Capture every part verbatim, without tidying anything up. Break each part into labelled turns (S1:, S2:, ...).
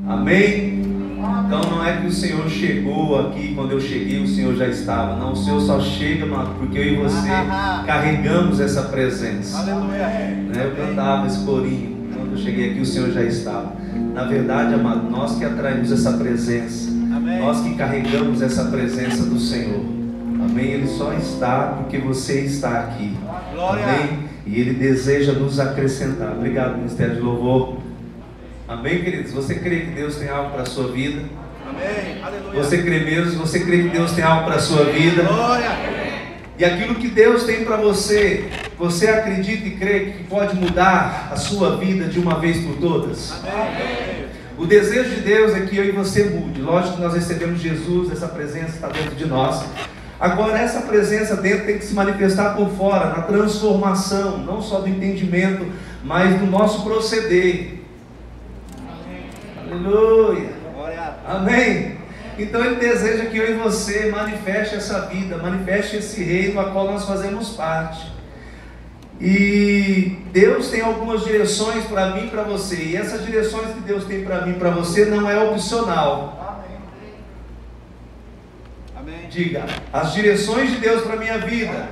S1: Amém? Então não é que o Senhor chegou aqui, quando eu cheguei o Senhor já estava. Não, o Senhor só chega, mano, porque eu e você carregamos essa presença.
S2: Aleluia.
S1: Né? Eu cantava esse corinho, quando eu cheguei aqui o Senhor já estava. Na verdade, amado, nós que atraímos essa presença,
S2: Amém.
S1: Nós que carregamos essa presença do Senhor. Amém? Ele só está porque você está aqui.
S2: Glória.
S1: Amém? E Ele deseja nos acrescentar. Obrigado, Ministério de Louvor. Amém, queridos? Você crê que Deus tem algo para a sua vida?
S2: Amém. Aleluia.
S1: Você crê mesmo? Você crê que Deus tem algo para a sua vida?
S2: Glória.
S1: E aquilo que Deus tem para você, você acredita e crê que pode mudar a sua vida de uma vez por todas?
S2: Amém.
S1: O desejo de Deus é que eu e você mude. Lógico que nós recebemos Jesus, essa presença está dentro de nós. Agora essa presença dentro tem que se manifestar por fora, na transformação, não só do entendimento, mas do nosso proceder. Amém. Aleluia.
S2: Glória.
S1: Amém. Então Ele deseja que eu e você manifeste essa vida, manifeste esse reino a qual nós fazemos parte. E Deus tem algumas direções para mim e para você. E essas direções que Deus tem para mim e para você não é opcional.
S2: Amém.
S1: Diga, as direções de Deus para a minha vida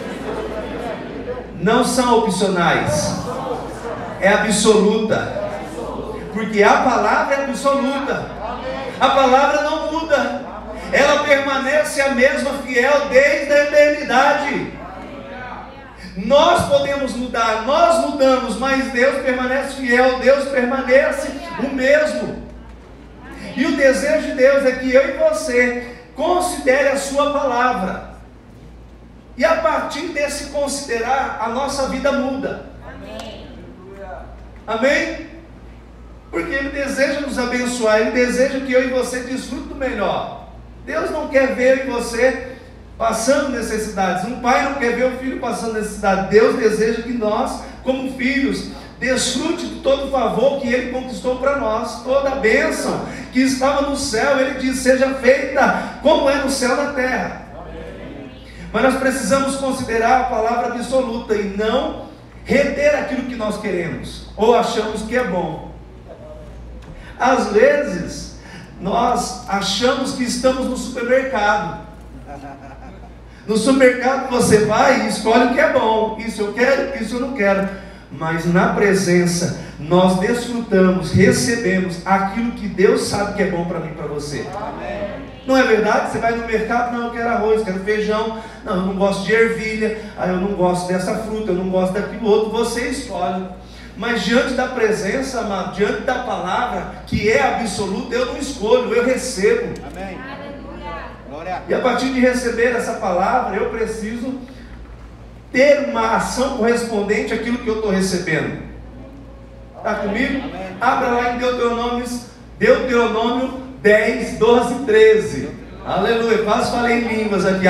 S1: não são opcionais, é absoluta. Porque a palavra é absoluta. A palavra não muda. Ela permanece a mesma, fiel desde a eternidade. Nós podemos mudar, nós mudamos, mas Deus permanece fiel, Deus permanece o mesmo. E o desejo de Deus é que eu e você considere a sua palavra. E a partir desse considerar, a nossa vida muda.
S3: Amém.
S1: Amém? Porque Ele deseja nos abençoar, Ele deseja que eu e você desfrute do melhor. Deus não quer ver eu e você passando necessidades. Um pai não quer ver o filho passando necessidade. Deus deseja que nós, como filhos, desfrute de todo o favor que Ele conquistou para nós, toda a bênção que estava no céu. Ele diz, seja feita como é no céu na terra. Mas nós precisamos considerar a palavra absoluta e não reter aquilo que nós queremos ou achamos que é bom. Às vezes nós achamos que estamos no supermercado. No supermercado você vai e escolhe o que é bom. Isso eu quero, isso eu não quero. Mas na presença nós desfrutamos, recebemos aquilo que Deus sabe que é bom para mim e para você.
S2: Amém.
S1: Não é verdade? Você vai no mercado, não, eu quero arroz, quero feijão. Não, eu não gosto de ervilha. Ah, eu não gosto dessa fruta, eu não gosto daquilo outro. Você escolhe. Mas diante da presença, amado, diante da palavra, que é absoluta, eu não escolho, eu recebo.
S2: Amém.
S3: Glória.
S1: E a partir de receber essa palavra, eu preciso ter uma ação correspondente àquilo que eu estou recebendo. Está comigo?
S2: Amém.
S1: Abra lá em Deuteronômio, Deuteronômio dez, doze, treze. Aleluia, quase falei em línguas aqui.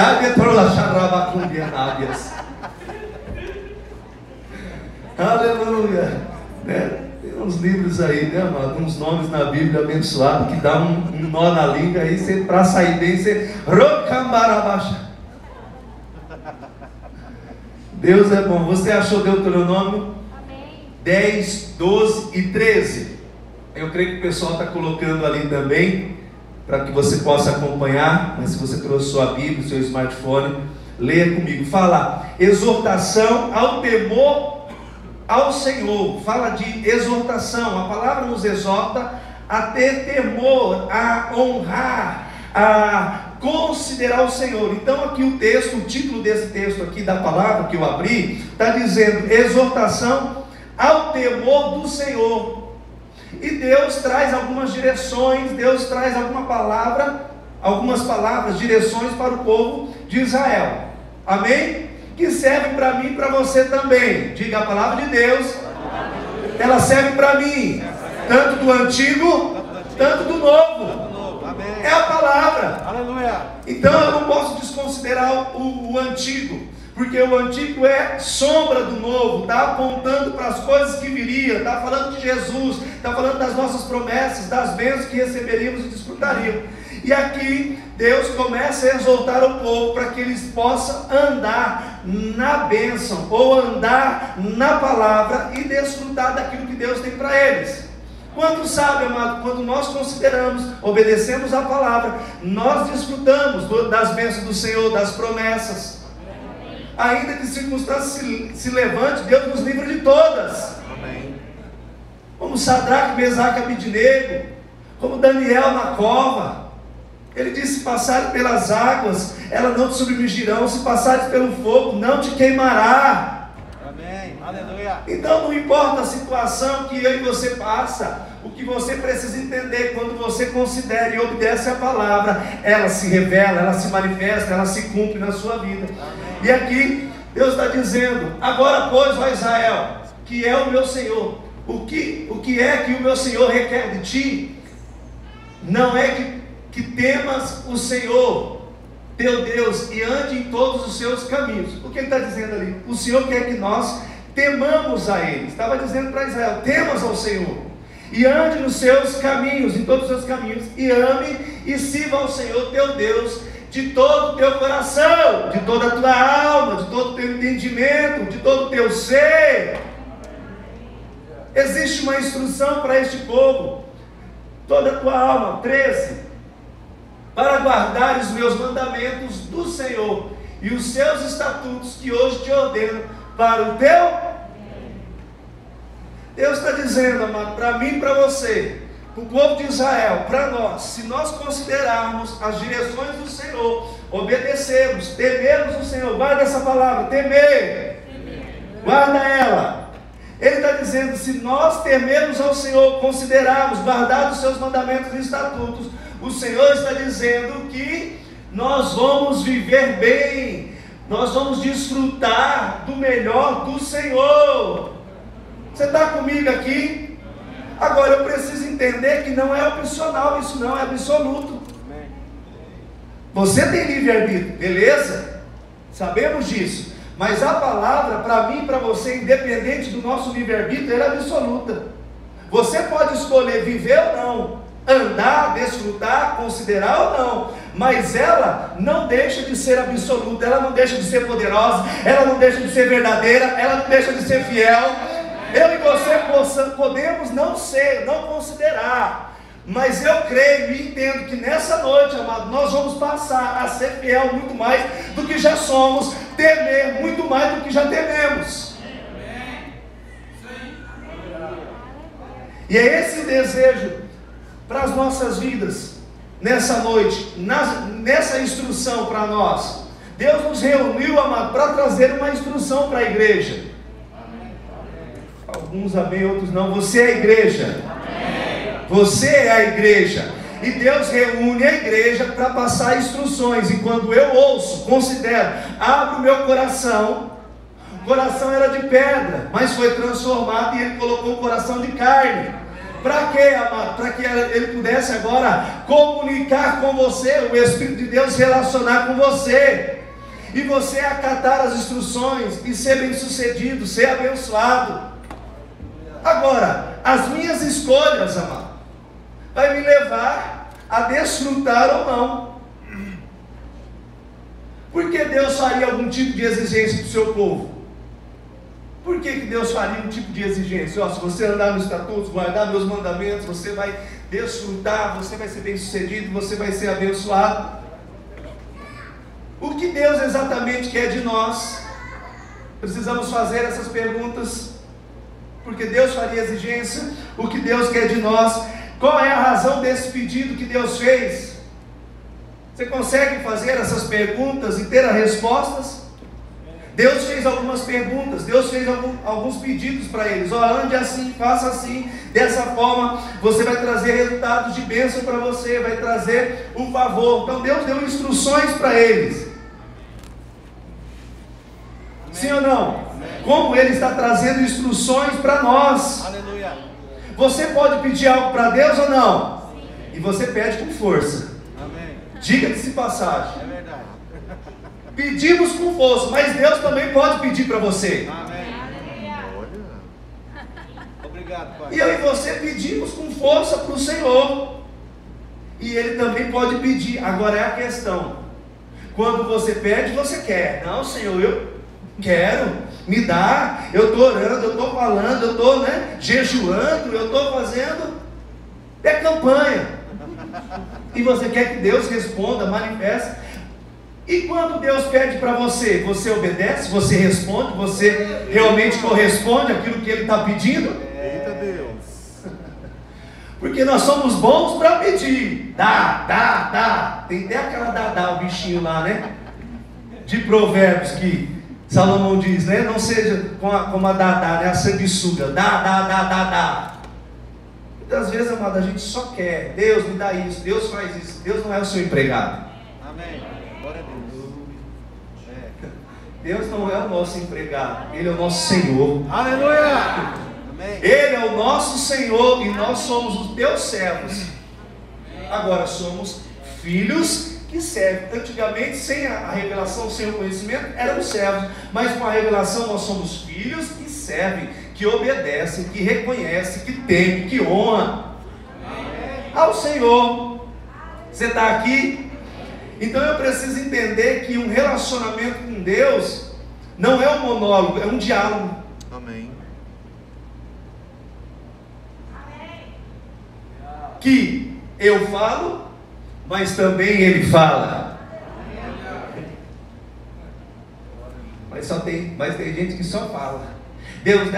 S1: Aleluia. Né? Tem uns livros aí, né, amado? Uns nomes na Bíblia abençoados que dá um, um nó na língua aí, você, para sair bem, você rocambarabaxa. Deus é bom. Você achou Deuteronômio dez, doze e treze? Eu creio que o pessoal está colocando ali também, para que você possa acompanhar. Mas se você trouxe sua Bíblia, seu smartphone, leia comigo. Fala, exortação ao temor ao Senhor. Fala de exortação. A palavra nos exorta a ter temor, a honrar, a considerar o Senhor. Então aqui o texto, o título desse texto aqui da palavra que eu abri, está dizendo exortação ao temor do Senhor. E Deus traz algumas direções, Deus traz alguma palavra, algumas palavras, direções para o povo de Israel. Amém? Que serve para mim e para você também. Diga, a palavra de Deus, ela serve para mim, tanto do antigo, tanto do novo.
S2: Amém.
S1: É a palavra.
S2: Aleluia.
S1: Então eu não posso desconsiderar o, o antigo, porque o antigo é sombra do novo, está apontando para as coisas que viriam, está falando de Jesus, está falando das nossas promessas, das bênçãos que receberíamos e desfrutaríamos. E aqui Deus começa a exortar o povo para que eles possam andar na bênção, ou andar na palavra e desfrutar daquilo que Deus tem para eles. Quanto sabe, amado, quando nós consideramos, obedecemos a palavra, nós desfrutamos do, das bênçãos do Senhor, das promessas. Ainda que circunstâncias se, se levante, Deus nos livra de todas.
S2: Amém.
S1: Como Sadraque, Mesaque e Abednego, como Daniel na cova. Ele disse: se passares pelas águas, elas não te submergirão, se passares pelo fogo, não te queimará.
S2: Amém. Aleluia.
S1: Então não importa a situação que eu e você passa, o que você precisa entender, quando você considera e obedece a palavra, ela se revela, ela se manifesta, ela se cumpre na sua vida. Amém. E aqui Deus está dizendo: agora pois, ó Israel, que é o meu Senhor, o que, o que é que o meu Senhor requer de ti? Não é que, que temas o Senhor teu Deus e ande em todos os seus caminhos. O que ele está dizendo ali? O Senhor quer que nós temamos a Ele. Estava dizendo para Israel: temas ao Senhor e ande nos seus caminhos, em todos os seus caminhos, e ame e sirva ao Senhor teu Deus de todo o teu coração, de toda a tua alma, de todo o teu entendimento, de todo o teu ser. Existe uma instrução para este povo: toda a tua alma, treze, para guardar os meus mandamentos do Senhor e os seus estatutos que hoje te ordeno para o teu. Deus está dizendo, amado, para mim e para você, para o povo de Israel, para nós, se nós considerarmos as direções do Senhor, obedecermos, temermos o Senhor, guarda essa palavra, temer, guarda ela. Ele está dizendo: se nós temermos ao Senhor, considerarmos, guardar os seus mandamentos e estatutos, o Senhor está dizendo que nós vamos viver bem, nós vamos desfrutar do melhor do Senhor. Você está comigo aqui? Agora eu preciso entender que não é opcional, isso não é absoluto. Você tem livre-arbítrio, beleza? Sabemos disso. Mas a palavra, para mim e para você, independente do nosso livre-arbítrio, ela é absoluta. Você pode escolher viver ou não, andar, desfrutar, considerar ou não, mas ela não deixa de ser absoluta, ela não deixa de ser poderosa, ela não deixa de ser verdadeira, ela não deixa de ser fiel. Eu e você possa, podemos não ser, não considerar, mas eu creio e entendo que nessa noite, amado, nós vamos passar a ser fiel muito mais do que já somos, temer muito mais do que já tememos. E é esse o desejo para as nossas vidas nessa noite, nas, nessa instrução para nós. Deus nos reuniu, amado, para trazer uma instrução para a igreja. Alguns amém, outros não. Você é a igreja. Você é a igreja. E Deus reúne a igreja para passar instruções. E quando eu ouço, considero, abro o meu coração. O coração era de pedra, mas foi transformado e Ele colocou o coração de carne. Para quê, amado? Para que Ele pudesse agora comunicar com você, o Espírito de Deus relacionar com você, e você acatar as instruções e ser bem sucedido, ser abençoado. Agora, as minhas escolhas, amado, vai me levar a desfrutar ou não. Por que Deus faria algum tipo de exigência para o seu povo? Por que, que Deus faria um tipo de exigência? Ó, se você andar nos estatutos, guardar meus mandamentos, você vai desfrutar, você vai ser bem sucedido, você vai ser abençoado. O que Deus exatamente quer de nós? Precisamos fazer essas perguntas. Porque Deus faria exigência, o que Deus quer de nós? Qual é a razão desse pedido que Deus fez? Você consegue fazer essas perguntas e ter as respostas? Deus fez algumas perguntas, Deus fez algum, alguns pedidos para eles. Ó, ande assim, faça assim, dessa forma você vai trazer resultados de bênção para você, vai trazer um favor. Então Deus deu instruções para eles. Amém. Sim ou não? Amém. Como Ele está trazendo instruções para nós.
S2: Aleluia.
S1: Você pode pedir algo para Deus ou não? Sim. E você pede com força.
S2: Amém.
S1: Diga-se passagem.
S2: É verdade.
S1: Pedimos com força, mas Deus também pode pedir para você.
S2: Amém. Obrigado, Pai.
S1: E eu e você pedimos com força para o Senhor. E Ele também pode pedir. Agora é a questão: quando você pede, você quer. Não, Senhor, eu quero, me dá. Eu estou orando, eu estou falando, eu estou né, jejuando, eu estou fazendo. É campanha. E você quer que Deus responda, manifeste. E quando Deus pede para você, você obedece, você responde, você realmente corresponde àquilo que Ele está pedindo?
S2: Eita Deus.
S1: Porque nós somos bons para pedir. Dá, dá, dá. Tem até aquela dá, dá, o bichinho lá, né? De Provérbios que Salomão diz, né? Não seja como a, como a dá, dá, né? A sanguessuga. Dá, dá, dá, dá, dá. Muitas vezes, amado, a gente só quer. Deus me dá isso, Deus faz isso. Deus não é o seu empregado.
S2: Amém. Glória a Deus. É.
S1: Deus não é o nosso empregado. Ele é o nosso Senhor.
S2: Aleluia. Amém.
S1: Ele é o nosso Senhor e nós somos os teus servos. Agora somos filhos que servem. Antigamente, sem a revelação, sem o conhecimento, éramos servos. Mas com a revelação, nós somos filhos que servem, que obedecem, que reconhecem, que temem, que honram ao Senhor. Você está aqui? Então eu preciso entender que um relacionamento com Deus não é um monólogo, é um diálogo.
S2: Amém.
S1: Que eu falo, mas também Ele fala. Mas só tem, mas tem gente que só fala. Deus,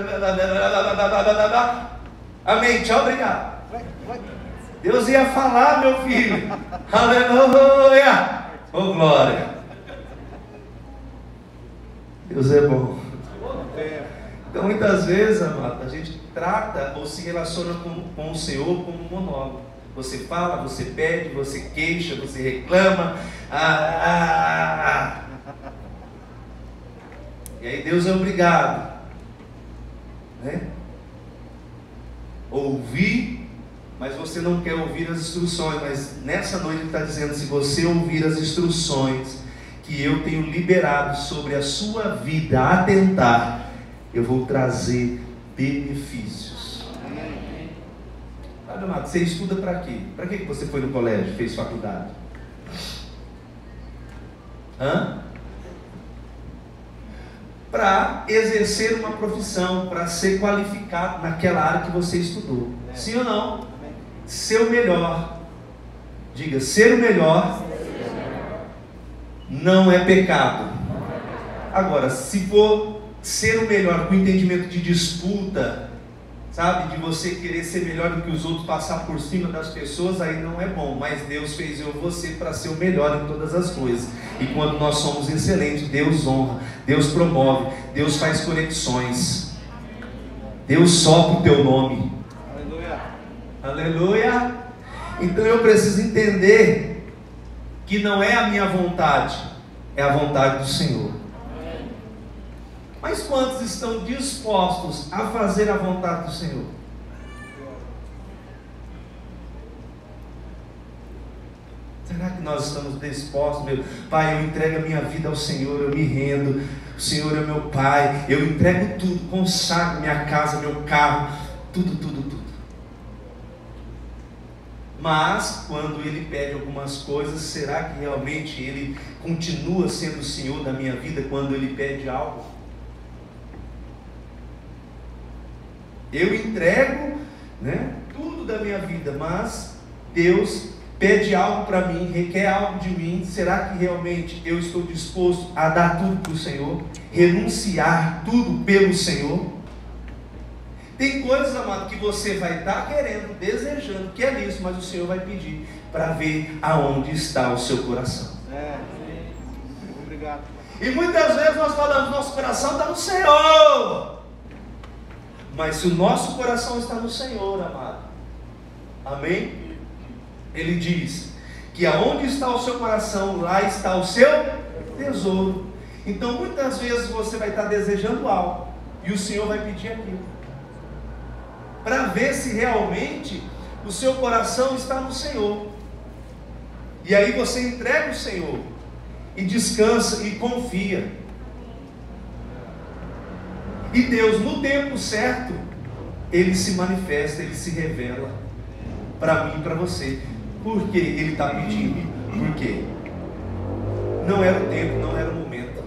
S1: amém, tchau, obrigado. Deus ia falar, meu filho. Aleluia. Oh, glória. Deus é bom. Então, muitas vezes, amado, a gente trata ou se relaciona com, com o Senhor como um monólogo. Você fala, você pede, você queixa, você reclama. Ah, ah, ah. E aí Deus é obrigado, né? Ouvir, mas você não quer ouvir as instruções. Mas nessa noite Ele está dizendo: se você ouvir as instruções que eu tenho liberado sobre a sua vida, atentar, eu vou trazer benefícios. Sabe, amado, você estuda para quê? Para que você foi no colégio, fez faculdade? Hã? Para exercer uma profissão, para ser qualificado naquela área que você estudou. Sim ou não? Ser o melhor. Diga, ser o melhor não é pecado. Agora, se for ser o melhor com entendimento de disputa, sabe, de você querer ser melhor do que os outros, passar por cima das pessoas, aí não é bom. Mas Deus fez eu e você para ser o melhor em todas as coisas. E quando nós somos excelentes, Deus honra, Deus promove, Deus faz conexões, Deus sopra o teu nome.
S2: Aleluia.
S1: Aleluia. Então eu preciso entender que não é a minha vontade, é a vontade do Senhor. Mas quantos estão dispostos a fazer a vontade do Senhor? Será que nós estamos dispostos, meu Pai? Eu entrego a minha vida ao Senhor, eu me rendo. O Senhor é meu Pai, eu entrego tudo, consagro minha casa, meu carro, tudo, tudo, tudo. Mas quando Ele pede algumas coisas, será que realmente Ele continua sendo o Senhor da minha vida quando Ele pede algo? Eu entrego, né, tudo da minha vida, mas Deus pede algo para mim, requer algo de mim. Será que realmente eu estou disposto a dar tudo para o Senhor? Renunciar tudo pelo Senhor? Tem coisas, amado, que você vai estar querendo, desejando, que é isso, mas o Senhor vai pedir para ver aonde está o seu coração.
S2: É. Obrigado.
S1: E muitas vezes nós falamos, nosso coração está no Senhor. Mas se o nosso coração está no Senhor, amado, amém? Ele diz que aonde está o seu coração, lá está o seu tesouro. Então muitas vezes você vai estar desejando algo e o Senhor vai pedir aquilo, para ver se realmente o seu coração está no Senhor. E aí você entrega o Senhor e descansa e confia. E Deus, no tempo certo, Ele se manifesta, Ele se revela para mim e para você. Por que Ele está pedindo? Por quê? Não era o tempo, não era o momento.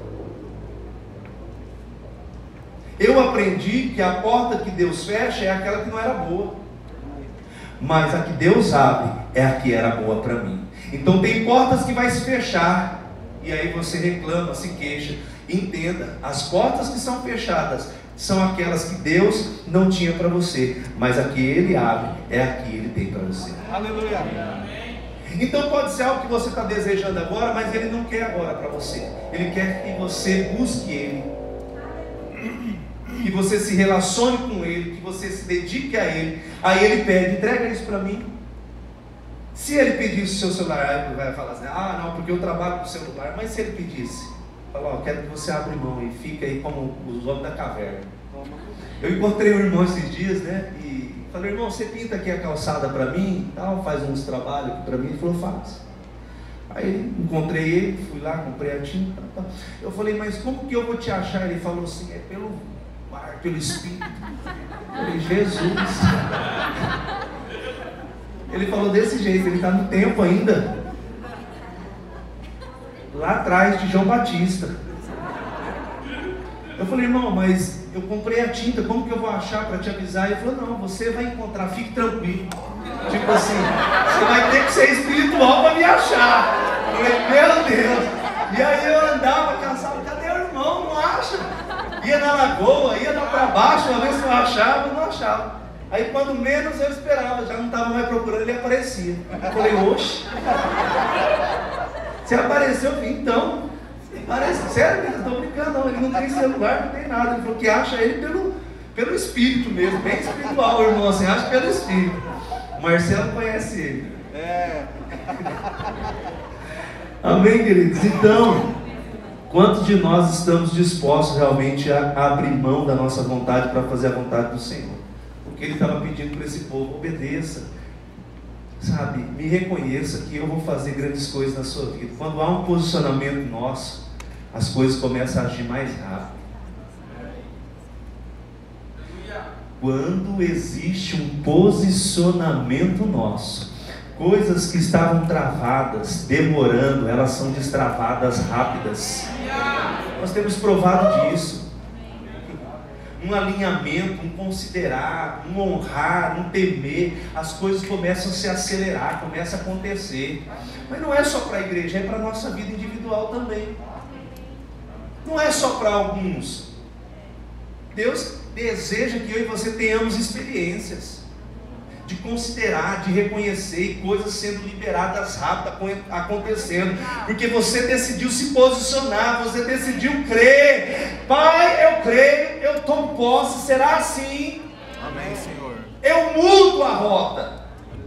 S1: Eu aprendi que a porta que Deus fecha é aquela que não era boa. mas a que Deus abre é a que era boa para mim. Então tem portas que vai se fechar, e aí você reclama, se queixa. Entenda, as portas que são fechadas são aquelas que Deus não tinha para você, mas a que Ele abre é a que Ele tem para você.
S2: Aleluia.
S1: Então pode ser algo que você está desejando agora, mas Ele não quer agora para você. Ele quer que você busque Ele, que você se relacione com Ele, que você se dedique a Ele. Aí Ele pede, entrega isso para mim. Se Ele pedisse o seu celular, Ele vai falar assim, ah não, porque eu trabalho com o celular. Mas se Ele pedisse, fala, ó, quero que você abra mão e fica aí como os homens da caverna. Eu encontrei um irmão esses dias, né, e falei, irmão, você pinta aqui a calçada para mim e tal, faz uns trabalhos aqui para mim. Ele falou, faz. Aí encontrei ele, fui lá, comprei a tinta, tal, tal. Eu falei, mas como que eu vou te achar? Ele falou assim, é pelo mar, pelo Espírito. Eu falei, Jesus. Ele falou desse jeito, ele está no tempo ainda, lá atrás de João Batista. Eu falei, irmão, mas eu comprei a tinta, como que eu vou achar para te avisar? Ele falou, não, você vai encontrar, fique tranquilo. Tipo assim, você vai ter que ser espiritual para me achar. Eu falei, meu Deus. E aí eu andava cansado, cadê o irmão? Não acha? Ia na lagoa, ia lá para baixo, uma vez que eu achava, eu não achava. Aí quando menos eu esperava, já não estava mais procurando, ele aparecia. Eu falei, oxe. Você apareceu, então. Parece, sério, não estou brincando não, ele não tem celular, não tem nada. Ele falou que acha ele pelo, pelo Espírito mesmo, bem espiritual, irmão, assim, acha pelo Espírito. O Marcelo conhece ele.
S2: É.
S1: Amém, queridos? Então, quantos de nós estamos dispostos realmente a abrir mão da nossa vontade para fazer a vontade do Senhor? Porque Ele estava pedindo para esse povo, obedeça, sabe, me reconheça que eu vou fazer grandes coisas na sua vida. Quando há um posicionamento nosso, as coisas começam a agir mais rápido. Quando existe um posicionamento nosso, coisas que estavam travadas, demorando, elas são destravadas rápidas. Nós temos provado disso. Um alinhamento, um considerar, um honrar, um temer, as coisas começam a se acelerar, começam a acontecer. Mas não é só para a igreja, é para a nossa vida individual também. Não é só para alguns. Deus deseja que eu e você tenhamos experiências de considerar, de reconhecer coisas sendo liberadas rápido, acontecendo, porque você decidiu se posicionar, você decidiu crer. Pai, eu creio, eu tomo posse, será assim.
S2: Amém, Senhor.
S1: Eu mudo a rota,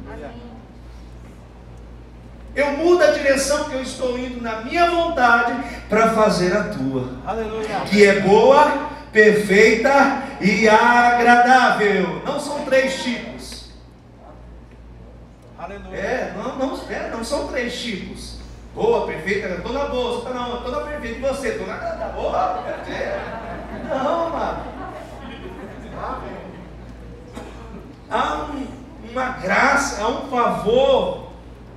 S1: eu mudo a direção que eu estou indo na minha vontade para fazer a tua.
S2: Aleluia.
S1: Que é boa, perfeita e agradável. Não são três tipos.
S2: Aleluia.
S1: É, não, não, é, não são três tipos. Boa, perfeita, estou na boa, não, estou na perfeita, e você, estou na agradável. Boa, é. Não, mano. Há um, uma graça, há um favor,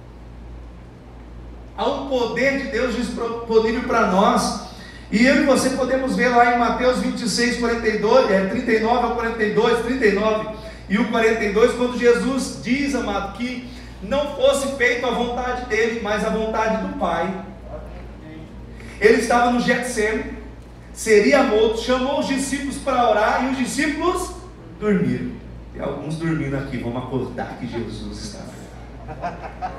S1: há um poder de Deus disponível para nós. E eu e você podemos ver lá em Mateus vinte e seis, quarenta e dois, é, trinta e nove ao quarenta e dois, trinta e nove e o quarenta e dois, quando Jesus diz, amado, que não fosse feita a vontade dele, mas a vontade do Pai. Ele estava no Getsemane, seria morto, chamou os discípulos para orar e os discípulos dormiram. Tem alguns dormindo aqui, vamos acordar que Jesus está.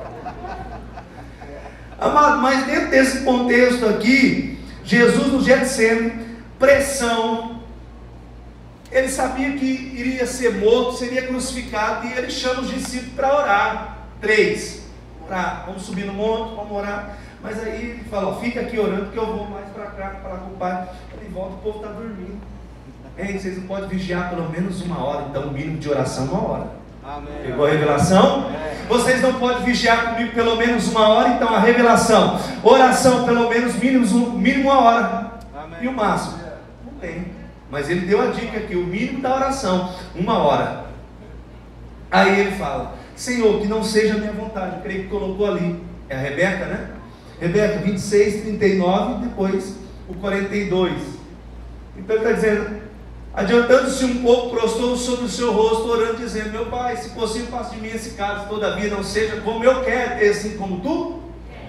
S1: Amado, mas dentro desse contexto aqui, Jesus no Getsemane, pressão, ele sabia que iria ser morto, seria crucificado, e ele chama os discípulos para orar. Três, orar, vamos subir no monte, vamos orar. Mas aí ele fala, ó, fica aqui orando, que eu vou mais para cá, para falar com o Pai. Ele volta, o povo está dormindo. Ei, vocês não podem vigiar pelo menos uma hora, então o mínimo de oração é uma hora.
S2: Amém.
S1: Pegou a revelação?
S2: É.
S1: Vocês não podem vigiar comigo pelo menos uma hora, então a revelação, oração pelo menos mínimo, mínimo uma hora.
S2: Amém.
S1: E o máximo? Não tem. Mas ele deu a dica aqui, o mínimo da oração, uma hora. Aí ele fala, Senhor, que não seja a minha vontade. Eu creio que colocou ali, é a Rebeca, né? Rebeca vinte e seis, trinta e nove, depois o quarenta e dois. Então ele está dizendo, Adiantando-se um pouco, prostrou sobre o seu rosto, orando, dizendo: meu pai, se possível, faça de mim esse cálice, todavia não seja como eu quero, e assim como tu.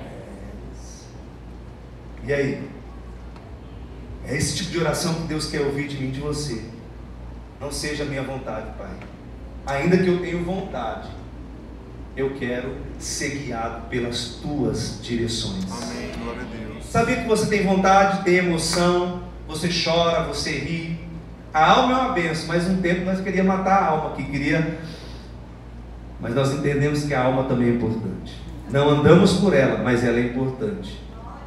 S1: E aí? É esse tipo de oração que Deus quer ouvir de mim e de você. Não seja a minha vontade, Pai. Ainda que eu tenha vontade, eu quero ser guiado pelas tuas direções.
S2: Amém. Glória a Deus.
S1: Sabia que você tem vontade, tem emoção, você chora, você ri. A alma é uma benção, mas um tempo nós queríamos matar a alma, que queria... Mas nós entendemos que a alma também é importante. Não andamos por ela, mas ela é importante.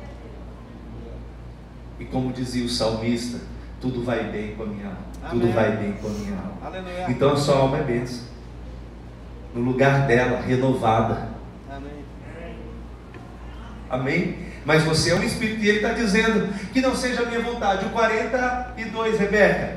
S1: E como dizia o salmista, tudo vai bem com a minha alma. Amém. Tudo vai bem com a minha alma.
S2: Aleluia.
S1: Então a sua alma é bênção. No lugar dela, renovada.
S2: Amém.
S1: Amém? Mas você é um espírito, e ele está dizendo que não seja a minha vontade. O quarenta e dois, Rebeca.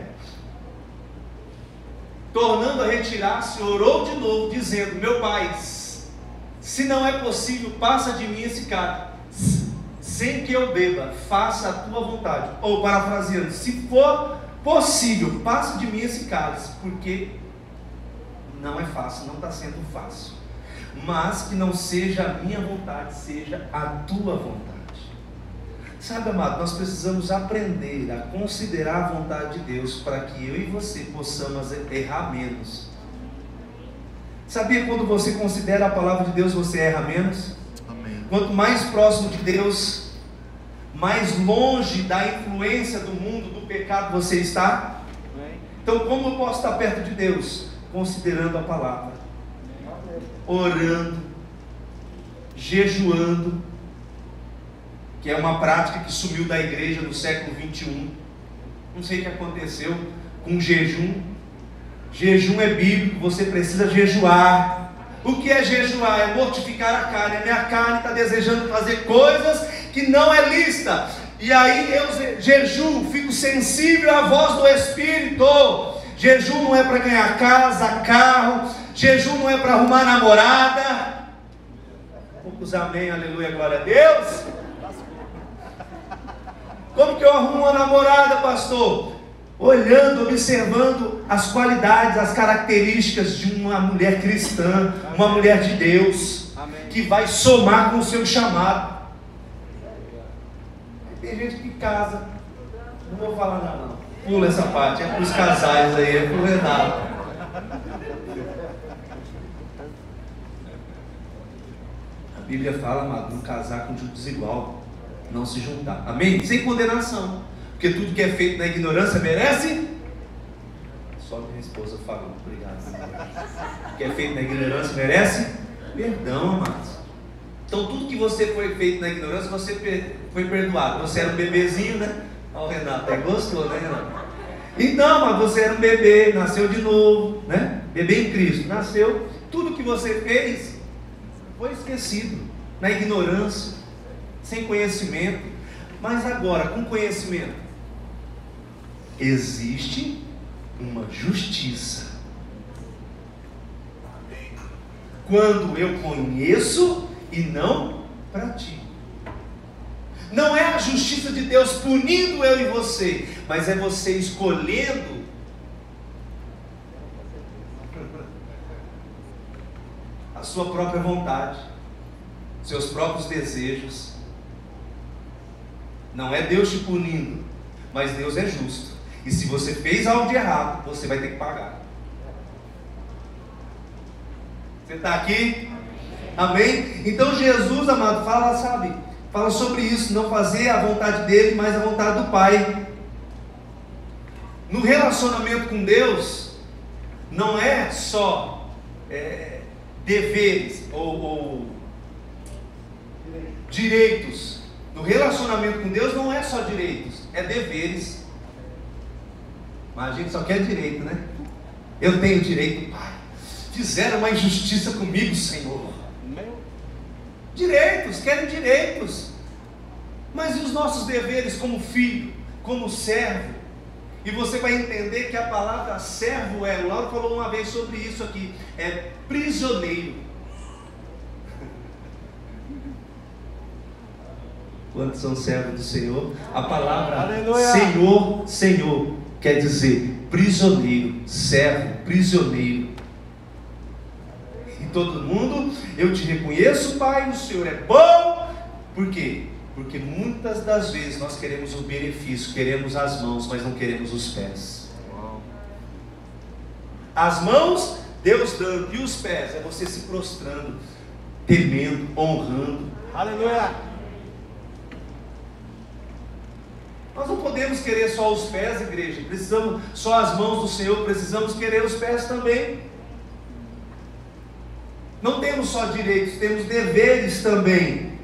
S1: Tornando a retirar-se, orou de novo, dizendo: meu pai, se não é possível, passa de mim esse cálice, sem que eu beba, faça a tua vontade. Ou parafraseando, se for possível, passa de mim esse cálice, porque não é fácil, não está sendo fácil, mas que não seja a minha vontade, seja a tua vontade. Sabe, amado, nós precisamos aprender a considerar a vontade de Deus, para que eu e você possamos errar menos. Sabia, quando você considera a palavra de Deus, você erra menos?
S2: Amém.
S1: Quanto mais próximo de Deus, mais longe da influência do mundo, do pecado você está. Então, como eu posso estar perto de Deus? Considerando a palavra, orando, jejuando, que é uma prática que sumiu da igreja no século vinte e um. Não sei o que aconteceu com o jejum. Jejum é bíblico, você precisa jejuar. O que é jejuar? É mortificar a carne. A minha carne está desejando fazer coisas que não é lícita, e aí eu jejuo, fico sensível à voz do Espírito. Jejum não é para ganhar casa, carro. Jejum não é para arrumar namorada. Poucos amém, aleluia, glória a Deus. Como que eu arrumo uma namorada, pastor? Olhando, observando as qualidades, as características de uma mulher cristã, uma mulher de Deus, amém, que vai somar com o seu chamado. Tem gente que casa, não vou falar nada não, pula essa parte, é para os casais aí, é para o Renato. A Bíblia fala, amado, não casar com desigual, não se juntar, amém? Sem condenação, porque tudo que é feito na ignorância merece. Só minha esposa falou, obrigado. O que é feito na ignorância merece perdão, amados. Então tudo que você foi feito na ignorância, você foi perdoado. Você era um bebezinho, né? Olha o Renato, aí gostou, né, Renato? Então, mas você era um bebê, nasceu de novo, né? Bebê em Cristo, nasceu. Tudo que você fez foi esquecido na ignorância, sem conhecimento. Mas agora, com conhecimento, existe uma justiça. Quando eu conheço e não pratico. Não é a justiça de Deus punindo eu e você, mas é você escolhendo a sua própria vontade, seus próprios desejos. Não é Deus te punindo, mas Deus é justo. E se você fez algo de errado, você vai ter que pagar. Você está aqui? Amém? Então Jesus, amado, fala, sabe, fala sobre isso, não fazer a vontade dele, mas a vontade do Pai. No relacionamento com Deus, não é só é, deveres ou, ou direitos. No relacionamento com Deus não é só direitos, é deveres. Mas a gente só quer direito, né? Eu tenho direito, Pai. Fizeram uma injustiça comigo, Senhor. Direitos, querem direitos. Mas e os nossos deveres como filho, como servo? E você vai entender que a palavra servo é, o Lauro falou uma vez sobre isso aqui, é prisioneiro. Quantos são servos do Senhor? A palavra Aleluia. Senhor, Senhor, quer dizer prisioneiro, servo, prisioneiro. E todo mundo, eu te reconheço, Pai, o Senhor é bom. Por quê? Porque muitas das vezes nós queremos o benefício, queremos as mãos, mas não queremos os pés. As mãos, Deus dando, e os pés, é você se prostrando, temendo, honrando.
S2: Aleluia.
S1: Nós não podemos querer só os pés, igreja. Precisamos só as mãos do Senhor, precisamos querer os pés também. Não temos só direitos, temos deveres também.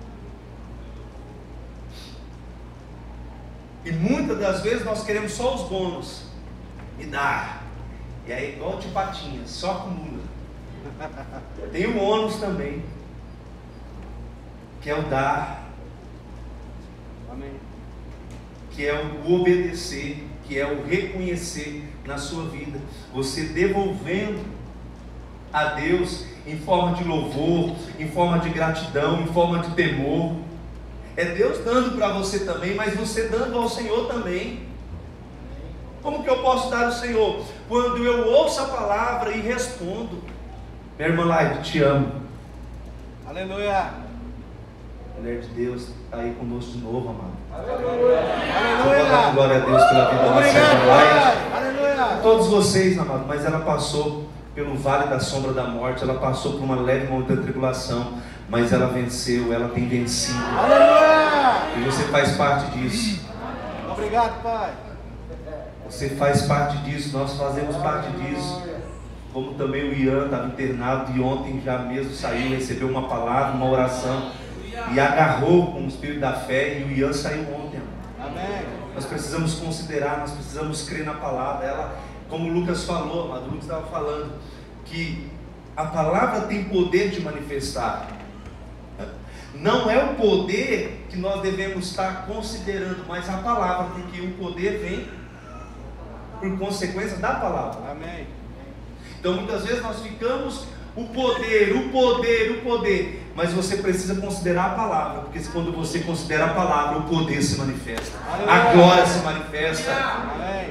S1: E muitas das vezes nós queremos só os bônus. Me dá. E aí igual de patinhas, só acumula. Tem o ônus também, que é o dar.
S2: Amém.
S1: Que é o obedecer, que é o reconhecer na sua vida, você devolvendo a Deus em forma de louvor, em forma de gratidão, em forma de temor. É Deus dando para você também, mas você dando ao Senhor também. Como que eu posso dar ao Senhor? Quando eu ouço a palavra e respondo. Minha irmã Laide, te amo.
S2: Aleluia.
S1: Mulher de Deus, está aí conosco de novo, amado.
S2: Aleluia.
S1: Glória a Deus pela vida da nossa
S2: Obrigado,
S1: irmã Laide.
S2: Pai. Aleluia.
S1: Todos vocês, amado, mas ela passou pelo vale da sombra da morte, ela passou por uma leve momentânea tribulação, mas ela venceu, ela tem vencido.
S2: Aleluia.
S1: E você faz parte disso.
S2: Obrigado, Pai.
S1: Você faz parte disso, nós fazemos parte disso. Como também o Ian estava internado e ontem já mesmo saiu, recebeu uma palavra, uma oração e agarrou com o espírito da fé, e o Ian saiu ontem.
S2: Amém.
S1: Nós precisamos considerar, nós precisamos crer na palavra. Ela, como o Lucas falou, amado, o Lucas estava falando que a palavra tem poder de manifestar. Não é o poder que nós devemos estar considerando, mas a palavra, porque o poder vem por consequência da palavra.
S2: Amém.
S1: Então muitas vezes nós ficamos o poder, o poder, o poder, mas você precisa considerar a palavra, porque quando você considera a palavra, o poder se manifesta, a glória se manifesta.
S2: Amém.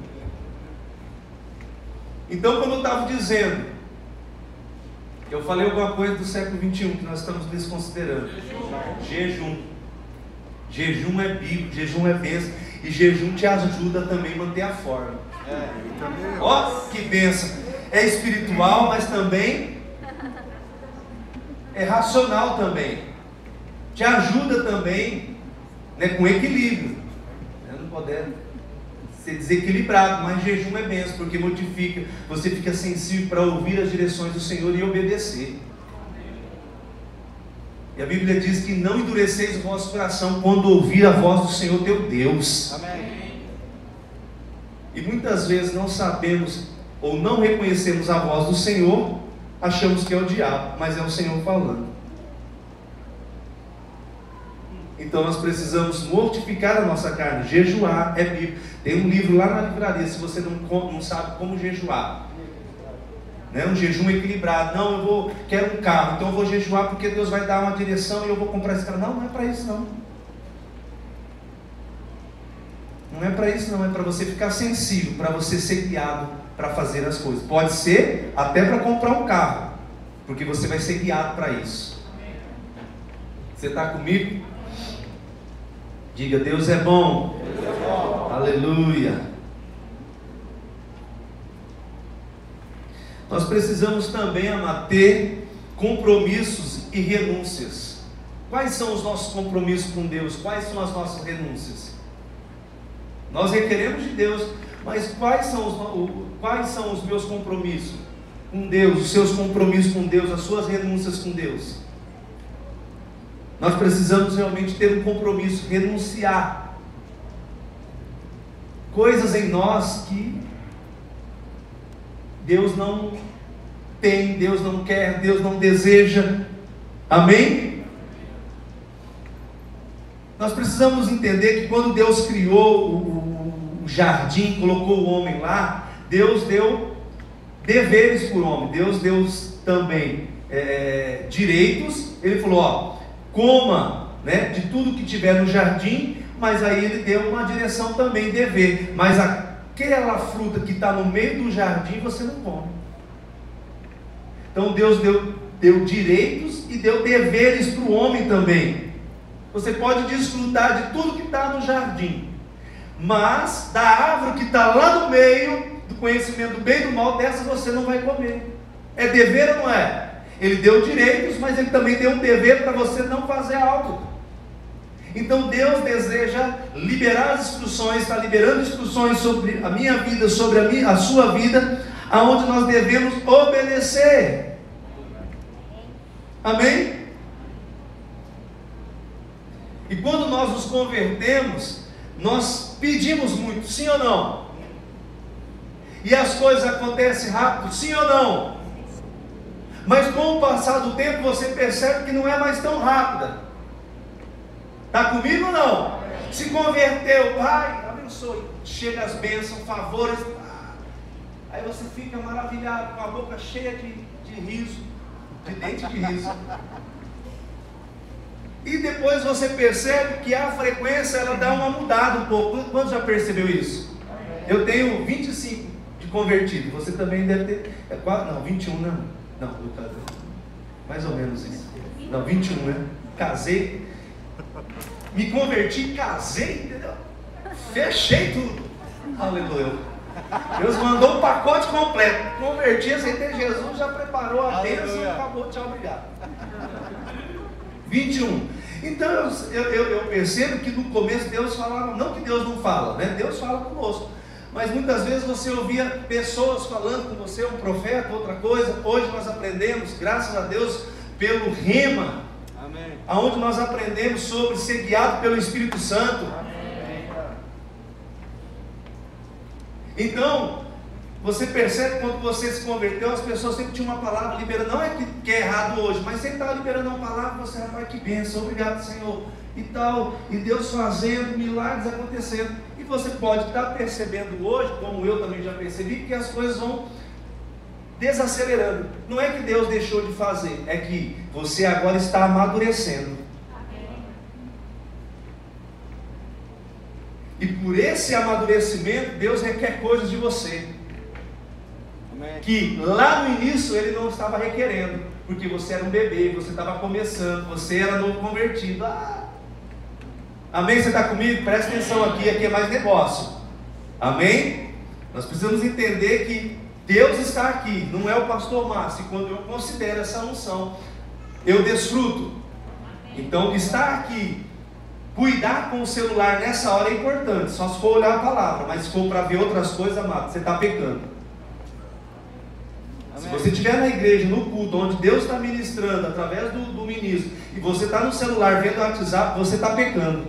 S1: Então, como eu estava dizendo, eu falei alguma coisa do século vinte e um que nós estamos desconsiderando. Jejum. Jejum é bíblico, jejum é bênção, e jejum te ajuda também a manter a forma.
S2: É, também.
S1: Ó, que bênção! É espiritual, mas também é racional também. Te ajuda também, né, com equilíbrio. Eu não poder ser desequilibrado, mas jejum é bênção, porque mortifica, você fica sensível para ouvir as direções do Senhor e obedecer. E a Bíblia diz que não endureceis o vosso coração quando ouvir a voz do Senhor teu Deus.
S2: Amém.
S1: E muitas vezes não sabemos ou não reconhecemos a voz do Senhor, achamos que é o diabo, mas é o Senhor falando. Então nós precisamos mortificar a nossa carne, jejuar é bíblico. Tem um livro lá na livraria, se você não, não sabe como jejuar, né? Um jejum equilibrado. Não, eu vou, quero um carro, então eu vou jejuar porque Deus vai dar uma direção e eu vou comprar esse carro. Não, não é para isso não. Não é para isso não, é para você ficar sensível, para você ser guiado para fazer as coisas. Pode ser até para comprar um carro, porque você vai ser guiado para isso. Você está comigo? Diga, Deus é bom.
S2: Deus é bom.
S1: Aleluia. Nós precisamos também, amar, ter compromissos e renúncias. Quais são os nossos compromissos com Deus? Quais são as nossas renúncias? Nós requeremos de Deus, mas quais são os, quais são os meus compromissos com Deus, os seus compromissos com Deus, as suas renúncias com Deus? Nós precisamos realmente ter um compromisso, renunciar coisas em nós que Deus não tem, Deus não quer, Deus não deseja. Amém? Nós precisamos entender que quando Deus criou o, o jardim, colocou o homem lá, Deus deu deveres para o homem, Deus deu também é, direitos. Ele falou, ó, coma, né, de tudo que tiver no jardim, mas aí ele deu uma direção também, dever, mas a, aquela fruta que está no meio do jardim, você não come. Então Deus deu, deu direitos e deu deveres para o homem também. Você pode desfrutar de tudo que está no jardim, mas da árvore que está lá no meio, do conhecimento do bem e do mal, dessa você não vai comer. É dever ou não é? Ele deu direitos, mas ele também deu um dever para você não fazer algo. Então Deus deseja liberar as instruções, está liberando instruções sobre a minha vida, sobre a, minha, a sua vida, aonde nós devemos obedecer. Amém? E quando nós nos convertemos, nós pedimos muito, sim ou não? E as coisas acontecem rápido, sim ou não? Mas com o passar do tempo você percebe que não é mais tão rápida. Está comigo ou não? Se converteu, Pai, abençoe, chega as bênçãos, favores, aí você fica maravilhado, com a boca cheia de, de riso, de dente de riso. E depois você percebe que a frequência ela dá uma mudada um pouco. Quantos já percebeu isso? Eu tenho vinte e cinco de convertido, você também deve ter, é quase, não, vinte e um não, não, Lucas, mais ou menos isso, não, vinte e um, né? Casei, me converti, casei, entendeu? Fechei tudo, aleluia. Deus mandou um pacote completo, converti, aceitei Jesus, já preparou a bênção e acabou, tchau, obrigado. vinte e um. Então eu, eu, eu percebo que no começo Deus falava, não que Deus não fala, né? Deus fala conosco, mas muitas vezes você ouvia pessoas falando com você, um profeta, outra coisa. Hoje nós aprendemos, graças a Deus, pelo Rema, amém, aonde nós aprendemos sobre ser guiado pelo Espírito Santo. Amém. Então você percebe quando você se converteu, as pessoas sempre tinham uma palavra liberando, não é que, que é errado hoje, mas sempre estava liberando uma palavra, você, rapaz, que bênção, obrigado Senhor, e tal, e Deus fazendo, milagres acontecendo, e você pode estar percebendo hoje, como eu também já percebi, que as coisas vão desacelerando. Não é que Deus deixou de fazer, é que você agora está amadurecendo. E por esse amadurecimento, Deus requer coisas de você que lá no início Ele não estava requerendo, porque você era um bebê, você estava começando, você era novo convertido. Ah. Amém? Você está comigo? Presta atenção aqui, aqui é mais negócio. Amém? Nós precisamos entender que Deus está aqui, não é o pastor Márcio. Quando eu considero essa unção, eu desfruto. Então estar aqui, cuidar com o celular nessa hora é importante, só se for olhar a palavra, mas se for para ver outras coisas, amado, você está pecando. Se você estiver na igreja, no culto, onde Deus está ministrando através do, do ministro, e você está no celular vendo o WhatsApp, você está pecando,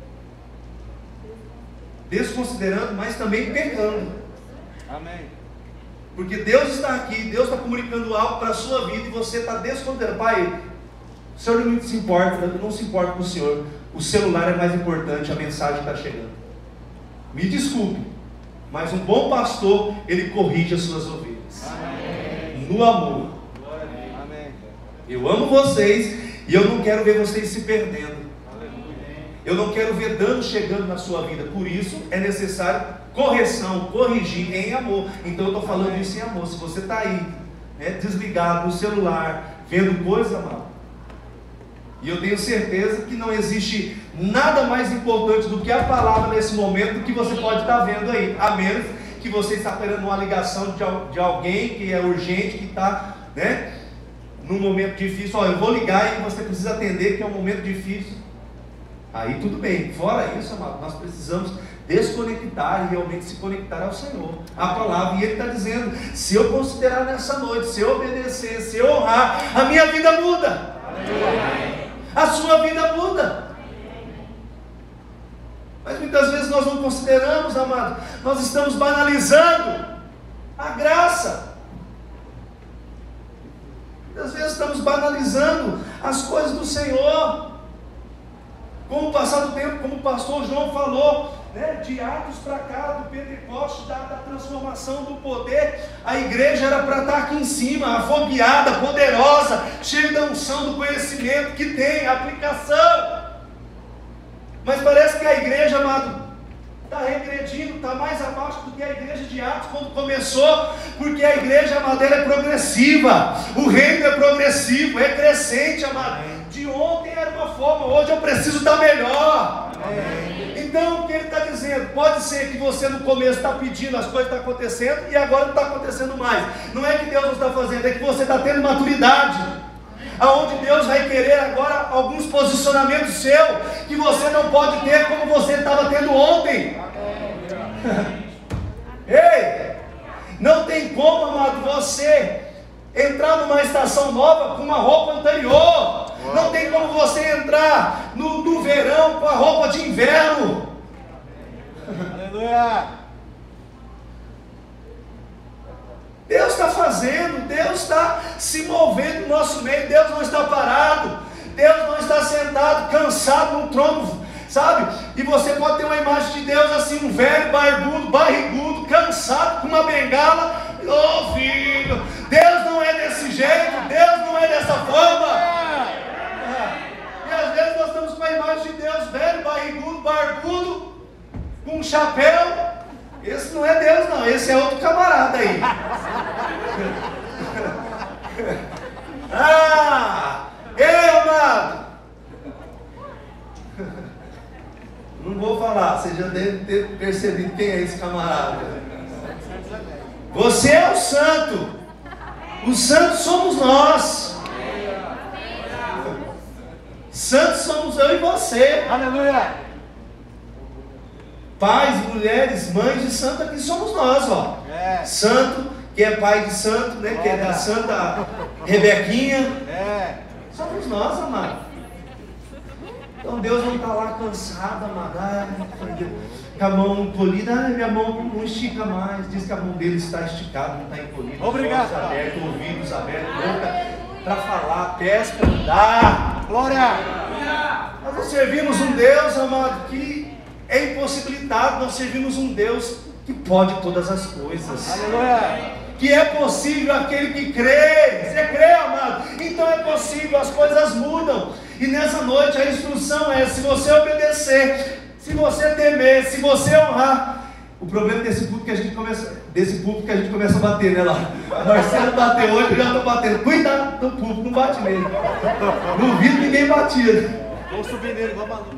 S1: desconsiderando, mas também pecando. Amém. Porque Deus está aqui, Deus está comunicando algo para a sua vida, e você está desconsiderando. Pai, o Senhor não se importa, não se importa com o Senhor, o celular é mais importante, a mensagem está chegando. Me desculpe, mas um bom pastor, ele corrige as suas ovelhas. Amém. No amor. Eu amo vocês e eu não quero ver vocês se perdendo. Eu não quero ver dano chegando na sua vida. Por isso é necessário correção, corrigir em amor. Então eu estou falando isso em amor. Se você está aí, né, desligado no celular, vendo coisa, amado, e eu tenho certeza que não existe nada mais importante do que a palavra nesse momento que você pode estar vendo aí, a menos que você está esperando uma ligação de, de alguém que é urgente, que está, né, num momento difícil. Ó, eu vou ligar e você precisa atender, que é um momento difícil. Aí tudo bem. Fora isso, amado, nós precisamos desconectar e realmente se conectar ao Senhor, a palavra. E Ele está dizendo, se eu considerar nessa noite, se eu obedecer, se eu honrar, a minha vida muda. Amém. A sua vida muda. Mas muitas vezes nós não consideramos, amado, nós estamos banalizando a graça. Muitas vezes estamos banalizando as coisas do Senhor. Com o passar do tempo, como o pastor João falou, né, de Atos para cá, do Pentecoste, da, da transformação do poder, a igreja era para estar aqui em cima, afogueada, poderosa, cheia da unção, do conhecimento que tem, aplicação. Mas parece que a igreja, amado, está regredindo, está mais abaixo do que a igreja de Atos quando começou, porque a igreja, amado, ela é progressiva, o reino é progressivo, é crescente, amado. De ontem era uma forma, hoje eu preciso estar melhor. Então o que ele está dizendo? Pode ser que você no começo está pedindo, as coisas estão acontecendo e agora não está acontecendo mais. Não é que Deus não está fazendo, é que você está tendo maturidade. Aonde Deus vai querer agora alguns posicionamentos seus que você não pode ter como você estava tendo ontem. Ei, não tem como, amado, você entrar numa estação nova com uma roupa anterior. Não tem como você entrar no, no verão com a roupa de inverno.
S2: Aleluia.
S1: Deus está fazendo, Deus está se movendo no nosso meio, Deus não está parado, Deus não está sentado, cansado num trono, sabe? E você pode ter uma imagem de Deus assim, um velho, barbudo, barrigudo, cansado, com uma bengala. Oh filho, Deus não é desse jeito, Deus não é dessa forma. E às vezes nós estamos com a imagem de Deus, velho, barrigudo, barbudo, com um chapéu. Esse não é Deus não, esse é outro camarada aí. Ah, ei amado, não vou falar, você já deve ter percebido quem é esse camarada. Você é o santo, os santos somos nós, santos somos eu e você.
S2: Aleluia.
S1: Pais, mulheres, mães de santo aqui somos nós, ó.
S2: É.
S1: Santo, que é pai de santo, né? Que é da santa Rebequinha.
S2: É.
S1: Somos nós, amado. Então Deus não está lá cansado, amado. Ai, com a mão encolhida, ai, minha mão não estica mais. Diz que a mão dele está esticada, não está encolhida.
S2: Obrigado.
S1: Olhos abertos, ouvidos abertos, boca para falar, pés para andar.
S2: Glória.
S1: Nós servimos um Deus, amado, que é impossibilitado. Nós servimos um Deus que pode todas as coisas.
S2: Aleluia.
S1: Que é possível aquele que crê. Você crê, amado? Então é possível, as coisas mudam. E nessa noite a instrução é: se você obedecer, se você temer, se você honrar. O problema desse público que a gente começa, desse público que a gente começa a bater, né, lá? Marcelo bateu hoje, eu já estou batendo. Cuidado do público, não bate nele. No vidro ninguém batia.
S2: Vamos subir nele, igual maluco.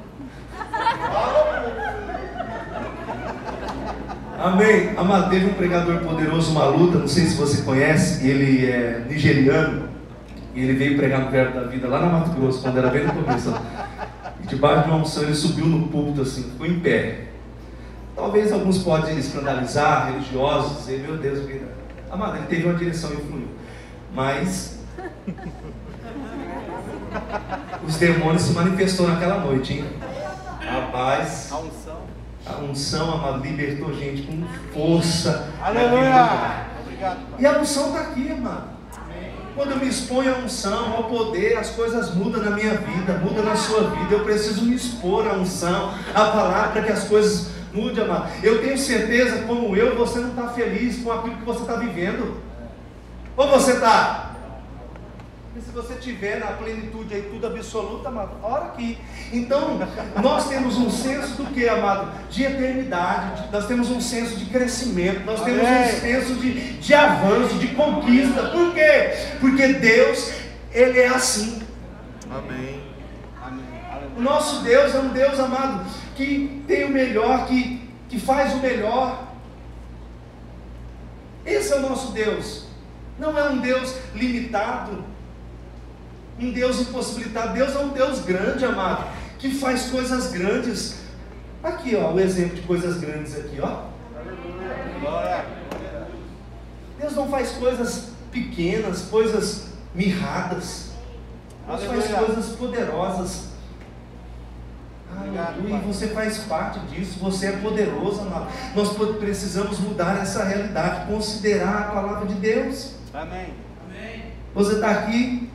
S1: Amém. Amado, teve um pregador poderoso, uma luta, não sei se você conhece, ele é nigeriano, e ele veio pregar no Verbo da Vida lá na Mato Grosso, quando era bem no começo. E debaixo de uma unção ele subiu no púlpito assim, ficou em pé. Talvez alguns podem escandalizar, religiosos, dizer, meu Deus, vida. Amado, ele teve uma direção e fluiu. Mas os demônios se manifestou naquela noite, hein? Rapaz,
S2: A unção.
S1: a unção, amado, libertou gente com força.
S2: Aleluia. Obrigado.
S1: E a unção está aqui, amado. Quando eu me exponho à unção, ao poder, as coisas mudam na minha vida, mudam na sua vida. Eu preciso me expor à unção, à palavra, para que as coisas mudem, amado. Eu tenho certeza, como eu, você não está feliz com aquilo que você está vivendo. Ou você está? E se você tiver na plenitude aí, tudo absoluto, amado, ora aqui. Então, nós temos um senso do que, amado? De eternidade, de, nós temos um senso de crescimento, nós temos
S2: Amém.
S1: um senso de, de avanço, de conquista. Por quê? Porque Deus, Ele é assim.
S2: Amém. Amém.
S1: O nosso Deus é um Deus, amado, que tem o melhor, que, que faz o melhor. Esse é o nosso Deus. Não é um Deus limitado, um Deus impossibilitado. Deus é um Deus grande, amado, que faz coisas grandes. Aqui, ó, o exemplo de coisas grandes aqui, ó.
S2: Glória.
S1: Deus não faz coisas pequenas, coisas mirradas. Deus faz
S2: Aleluia.
S1: coisas poderosas.
S2: Obrigado,
S1: E
S2: Pai.
S1: você faz parte disso, você é poderoso, amado. Nós precisamos mudar essa realidade, considerar a palavra de Deus.
S2: Amém.
S1: Você está aqui?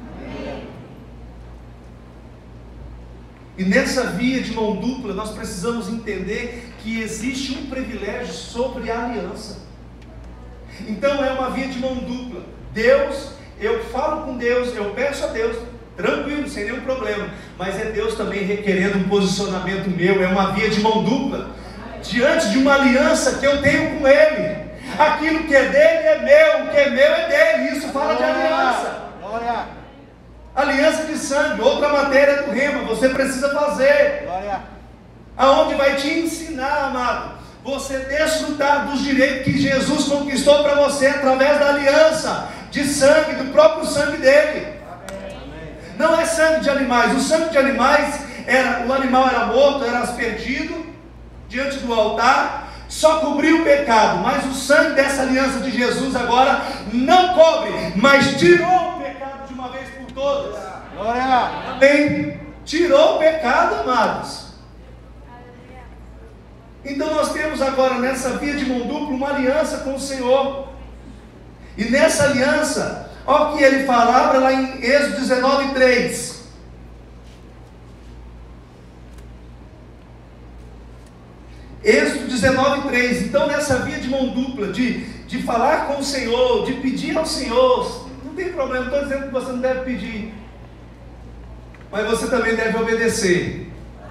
S1: E nessa via de mão dupla, nós precisamos entender que existe um privilégio sobre a aliança. Então é uma via de mão dupla. Deus, eu falo com Deus, eu peço a Deus, tranquilo, sem nenhum problema. Mas é Deus também requerendo um posicionamento meu, é uma via de mão dupla. diante de uma aliança que eu tenho com Ele. Aquilo que é dele é meu, o que é meu é dele. Isso fala de aliança.
S2: Glória.
S1: Aliança de sangue, outra matéria do rema, você precisa fazer.
S2: Glória.
S1: Aonde vai te ensinar, amado, você desfrutar dos direitos que Jesus conquistou para você através da aliança de sangue, do próprio sangue dele.
S2: Amém.
S1: Não é sangue de animais. O sangue de animais era, o animal era morto, era aspergido diante do altar, só cobria o pecado. Mas o sangue dessa aliança de Jesus agora não cobre, mas tirou o pecado de uma vez por todas.
S2: Glória.
S1: Amém? Tirou o pecado, amados. Então nós temos agora nessa via de mão dupla uma aliança com o Senhor. E nessa aliança, olha o que ele fala, abra lá em Êxodo dezenove, três. Êxodo dezenove, três. Então nessa via de mão dupla, de, de falar com o Senhor, de pedir ao Senhor, não tem problema, não estou dizendo que você não deve pedir, mas você também deve obedecer.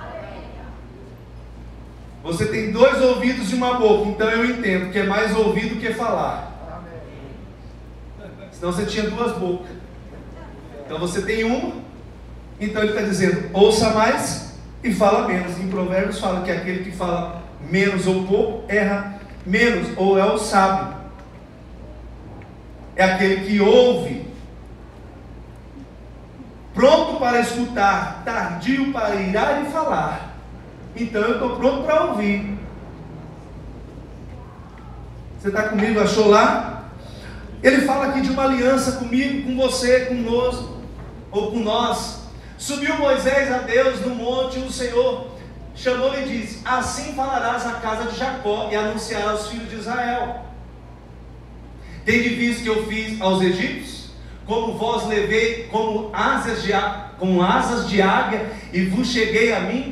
S1: Você tem dois ouvidos e uma boca, então eu entendo que é mais ouvir do que falar. Senão você tinha duas bocas. Então você tem uma. Então ele está dizendo, ouça mais e fala menos. Em Provérbios fala que aquele que fala menos ou pouco, erra menos, ou é o sábio. É aquele que ouve, pronto para escutar, tardio para irar e falar. Então eu estou pronto para ouvir. Você está comigo? Achou lá? Ele fala aqui de uma aliança comigo, com você, conosco, ou com nós. Subiu Moisés a Deus no monte, e o Senhor chamou-lhe e disse: assim falarás à casa de Jacó e anunciarás aos filhos de Israel. Tende visto que eu fiz aos egípcios, como vós levei como asas de, como asas de águia, e vos cheguei a mim?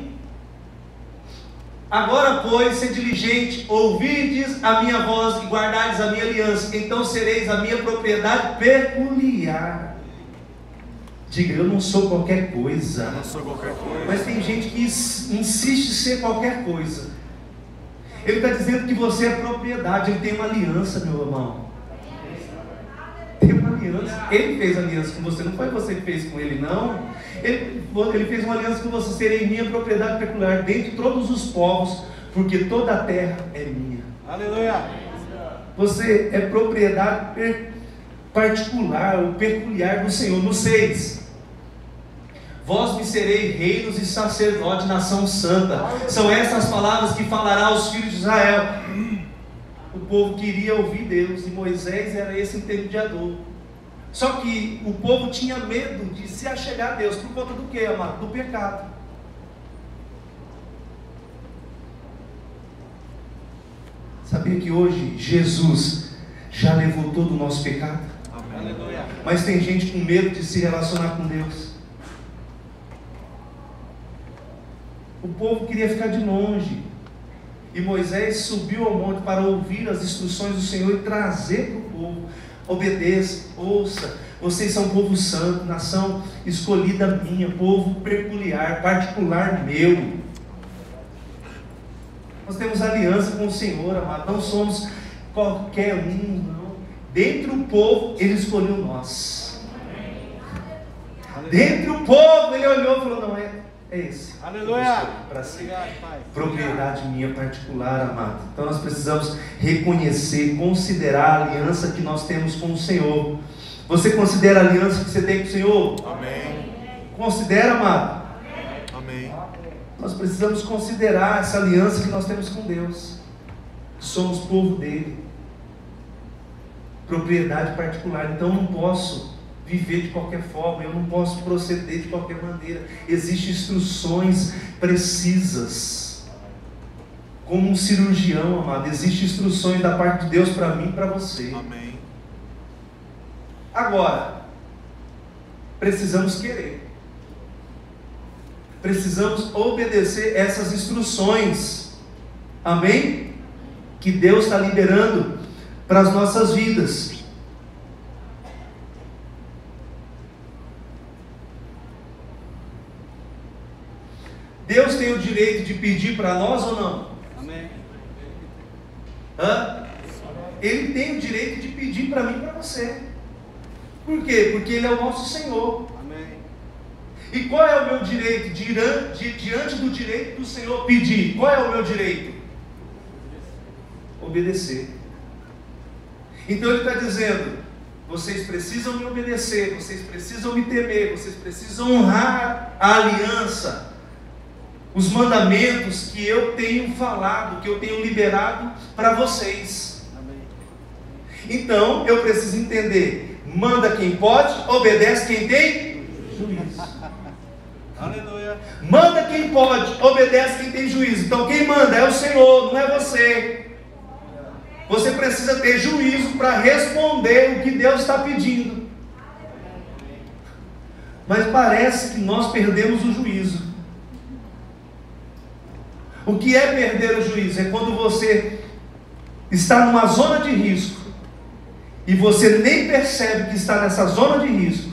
S1: Agora, pois, sede diligente, ouvides a minha voz e guardardes a minha aliança, então sereis a minha propriedade peculiar. Diga, eu não sou qualquer coisa.
S2: Eu não sou qualquer coisa.
S1: Mas tem gente que insiste em ser qualquer coisa. Ele está dizendo que você é propriedade. Ele tem uma aliança, meu irmão. Tem uma aliança. Ele fez aliança com você, não foi você que fez com ele, não. Ele, ele fez uma aliança com você, serei minha propriedade peculiar dentre todos os povos, porque toda a terra é minha.
S2: Aleluia.
S1: Você é propriedade particular, ou peculiar do Senhor. No seis, vós me serei reinos e sacerdote, nação santa. São essas palavras que falará aos filhos de Israel. O povo queria ouvir Deus, e Moisés era esse intermediador. Só que o povo tinha medo de se achegar a Deus. Por conta do que, amado? Do pecado. Sabia que hoje Jesus já levou todo o nosso pecado?
S2: Amém. Aleluia.
S1: Mas tem gente com medo de se relacionar com Deus. O povo queria ficar de longe. E Moisés subiu ao monte para ouvir as instruções do Senhor e trazer para o povo. Obedeça, ouça, vocês são povo santo, nação escolhida minha, povo peculiar, particular meu. Nós temos aliança com o Senhor, amado. Não somos qualquer um, não. Dentre o povo, Ele escolheu nós. Dentre o povo, Ele olhou e falou: não, é, é esse.
S2: Aleluia.
S1: Para ser
S2: Obrigado, Pai.
S1: propriedade minha particular, amado. Então nós precisamos reconhecer, considerar a aliança que nós temos com o Senhor. Você considera a aliança que você tem com o Senhor?
S2: Amém.
S1: Considera, amado?
S2: Amém.
S1: Nós precisamos considerar essa aliança que nós temos com Deus. Somos povo dele, propriedade particular. Então eu não posso viver de qualquer forma, eu não posso proceder de qualquer maneira. Existem instruções precisas. Como um cirurgião, amado, existem instruções da parte de Deus para mim e para você.
S2: Amém.
S1: Agora, precisamos querer. Precisamos obedecer essas instruções. Amém? Que Deus está liberando para as nossas vidas. Deus tem o direito de pedir para nós ou não?
S2: Amém.
S1: Hã? Ele tem o direito de pedir para mim e para você. Por quê? Porque Ele é o nosso Senhor.
S2: Amém.
S1: E qual é o meu direito? Diante, diante do direito do Senhor pedir. Qual é o meu direito? Obedecer. Então Ele está dizendo: vocês precisam me obedecer, vocês precisam me temer, vocês precisam honrar a aliança, os mandamentos que eu tenho falado, que eu tenho liberado para vocês.
S2: Amém.
S1: Então eu preciso entender: manda quem pode, obedece quem tem juízo.
S2: Aleluia.
S1: Manda quem pode, obedece quem tem juízo. Então quem manda é o Senhor, não é você. Você precisa ter juízo para responder o que Deus está pedindo. Mas parece que nós perdemos o juízo. O que é perder o juízo? É quando você está numa zona de risco e você nem percebe que está nessa zona de risco.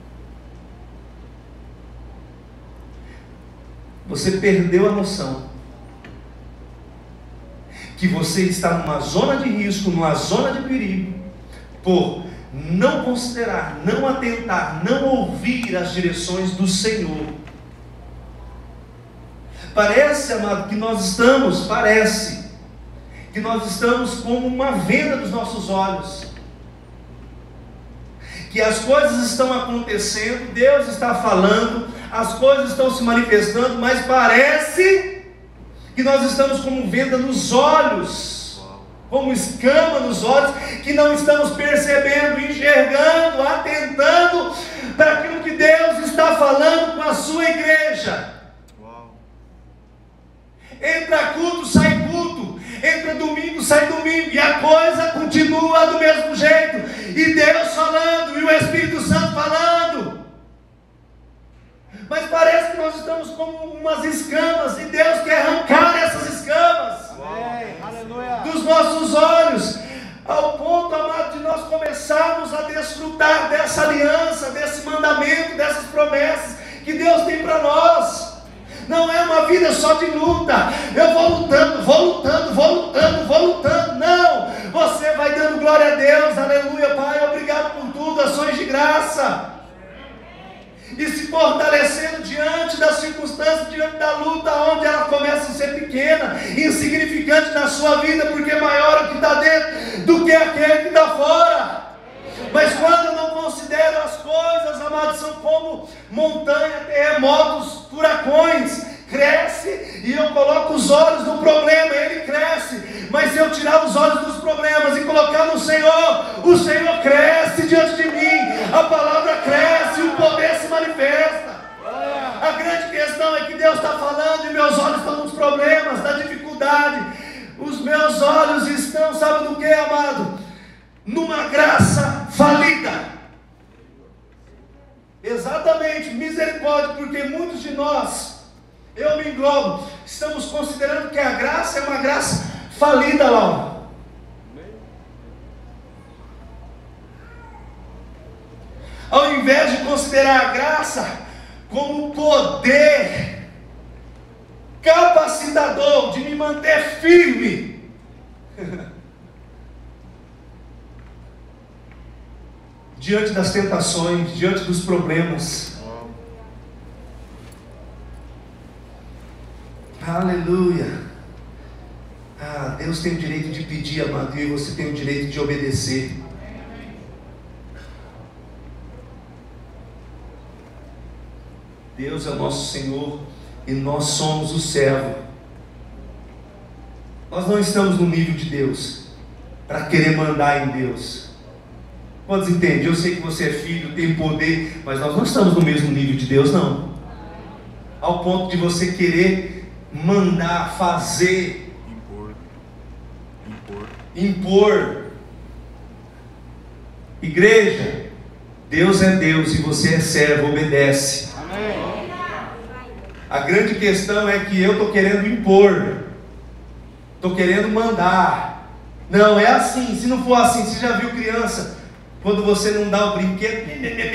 S1: Você perdeu a noção que você está numa zona de risco, numa zona de perigo, por não considerar, não atentar, não ouvir as direções do Senhor. Parece, amado, que nós estamos, parece, que nós estamos como uma venda dos nossos olhos, que as coisas estão acontecendo, Deus está falando, as coisas estão se manifestando, mas parece que nós estamos como venda nos olhos, como escama nos olhos, que não estamos percebendo, enxergando, atentando para aquilo que Deus está falando com a sua igreja. Entra culto, sai culto, entra domingo, sai domingo, e a coisa continua do mesmo jeito, e Deus falando, e o Espírito Santo falando. Mas parece que nós estamos como umas escamas, e Deus quer arrancar essas escamas
S2: Amém.
S1: dos nossos olhos, ao ponto, amado, de nós começarmos a desfrutar dessa aliança, desse mandamento, dessas promessas que Deus tem para nós. Não é uma vida só de luta, eu vou lutando, vou lutando, vou lutando, vou lutando. Não, você vai dando glória a Deus, aleluia, Pai, obrigado por tudo, ações de graça, e se fortalecendo diante das circunstâncias, diante da luta, onde ela começa a ser pequena, insignificante na sua vida, porque maior é o que está dentro do que aquele que está fora. Mas quando eu não considero as coisas, amados, são como montanha, terremotos, furacões, cresce, e eu coloco os olhos no problema, ele cresce. Mas se eu tirar os olhos dos problemas e colocar no Senhor, o Senhor cresce diante de mim, a palavra cresce, o poder se manifesta. A grande questão é que Deus está falando e meus olhos estão nos problemas, na dificuldade. Os meus olhos estão, sabe do que, amado? Numa graça falida. Exatamente, misericórdia, porque muitos de nós, eu me englobo, estamos considerando que a graça é uma graça falida, Laura. Ao invés de considerar a graça como poder capacitador de me manter firme, diante das tentações, diante dos problemas. Aleluia. Ah, Deus tem o direito de pedir, amado, e você tem o direito de obedecer. Deus é o nosso Senhor e nós somos o servo. Nós não estamos no nível de Deus para querer mandar em Deus. Quantos entendem? Eu sei que você é filho, tem poder, mas nós não estamos no mesmo nível de Deus, não. Ao ponto de você querer mandar, fazer,
S2: Impor. Impor.
S1: impor. Igreja, Deus é Deus e você é servo, obedece.
S2: Amém.
S1: A grande questão é que eu estou querendo impor, estou querendo mandar. Não, é assim. Se não for assim, você já viu criança, quando você não dá o brinquedo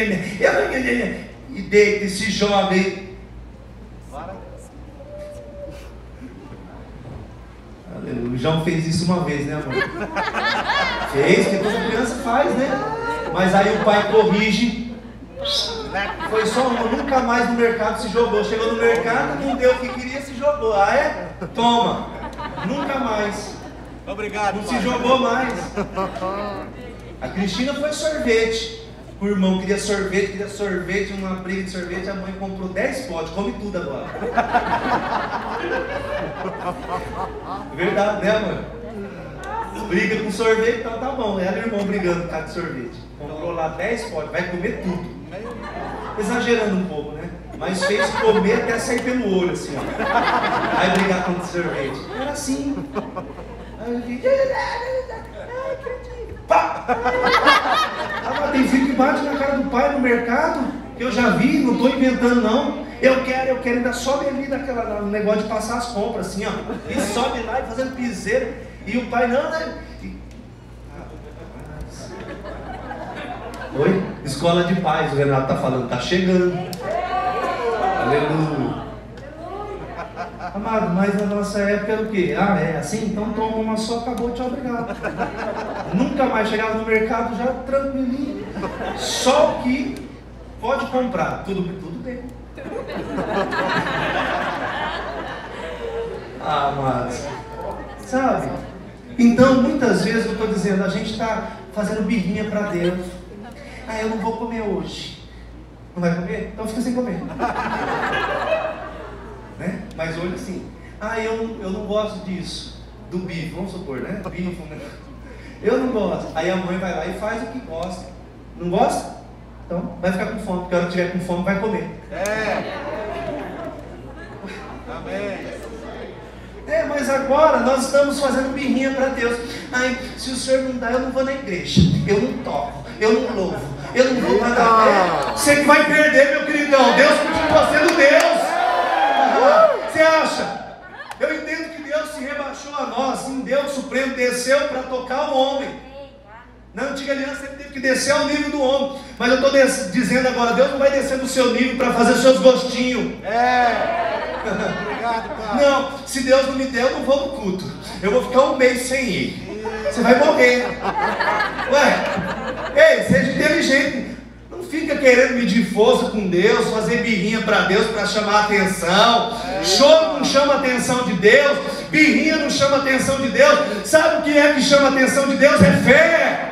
S1: e deita e se joga aí. O João fez isso uma vez, né, amor? Fez, que toda criança faz, né? Mas aí o pai corrige. Foi só uma, nunca mais no mercado se jogou. Chegou no mercado, não deu o que queria, se jogou. Ah, é? Toma. Nunca mais.
S2: Obrigado.
S1: Não se jogou mais. A Cristina foi sorvete. O irmão queria sorvete, queria sorvete, uma briga de sorvete. A mãe comprou dez potes, come tudo agora. Verdade, né, mãe? Briga com sorvete, então tá bom. Ela e o irmão brigando por causa de sorvete. Comprou lá dez potes, vai comer tudo. Exagerando um pouco, né? Mas fez comer até sair pelo olho, assim, ó. Aí brigar com sorvete. Era assim. Aí eu vi. Pá! Ah, tem filho que bate na cara do pai no mercado, que eu já vi, não estou inventando não. Eu quero, eu quero, ainda sobe ali naquela, no negócio de passar as compras, assim, ó. E sobe lá e fazendo piseiro. E o pai, não, né? E... Oi? Escola de paz, o Renato tá falando, tá chegando. Aleluia. Amado, mas na nossa época era o quê? Ah, é assim? Então toma uma só, acabou, tchau, obrigado. Nunca mais chegava no mercado já tranquilinho. Só o que pode comprar. Tudo, tudo bem. Ah, amados. Sabe? Então, muitas vezes eu estou dizendo, a gente está fazendo birrinha para Deus. Ah, eu não vou comer hoje. Não vai comer? Então fica sem comer. Né? Mas hoje sim. Ah, eu, eu não gosto disso. Do bife, vamos supor, né? Bife, né? Eu não gosto. Aí a mãe vai lá e faz o que gosta. Não gosta? Então vai ficar com fome. Porque a hora que tiver com fome vai comer.
S2: É. Amém.
S1: É, mas agora nós estamos fazendo birrinha para Deus. Ai, se o Senhor não dá, eu não vou na igreja. Eu não toco. Eu não louvo. Eu não vou para cá. Você que vai perder, meu queridão. Deus continua sendo Deus. Você acha? Eu entendo que Deus se rebaixou a nós, sim, Deus Supremo desceu para tocar o homem. Na antiga aliança ele teve que descer ao nível do homem. Mas eu estou dizendo agora, Deus não vai descer no seu nível para fazer seus gostinhos.
S2: É. Obrigado, pai.
S1: Não, se Deus não me der, eu não vou no culto. Eu vou ficar um mês sem ir. Você vai morrer. Ué, ei, seja inteligente. Não fica querendo medir força com Deus, fazer birrinha para Deus para chamar atenção. É. Choro não chama a atenção de Deus. Birrinha não chama a atenção de Deus. Sabe o que é que chama a atenção de Deus? É fé.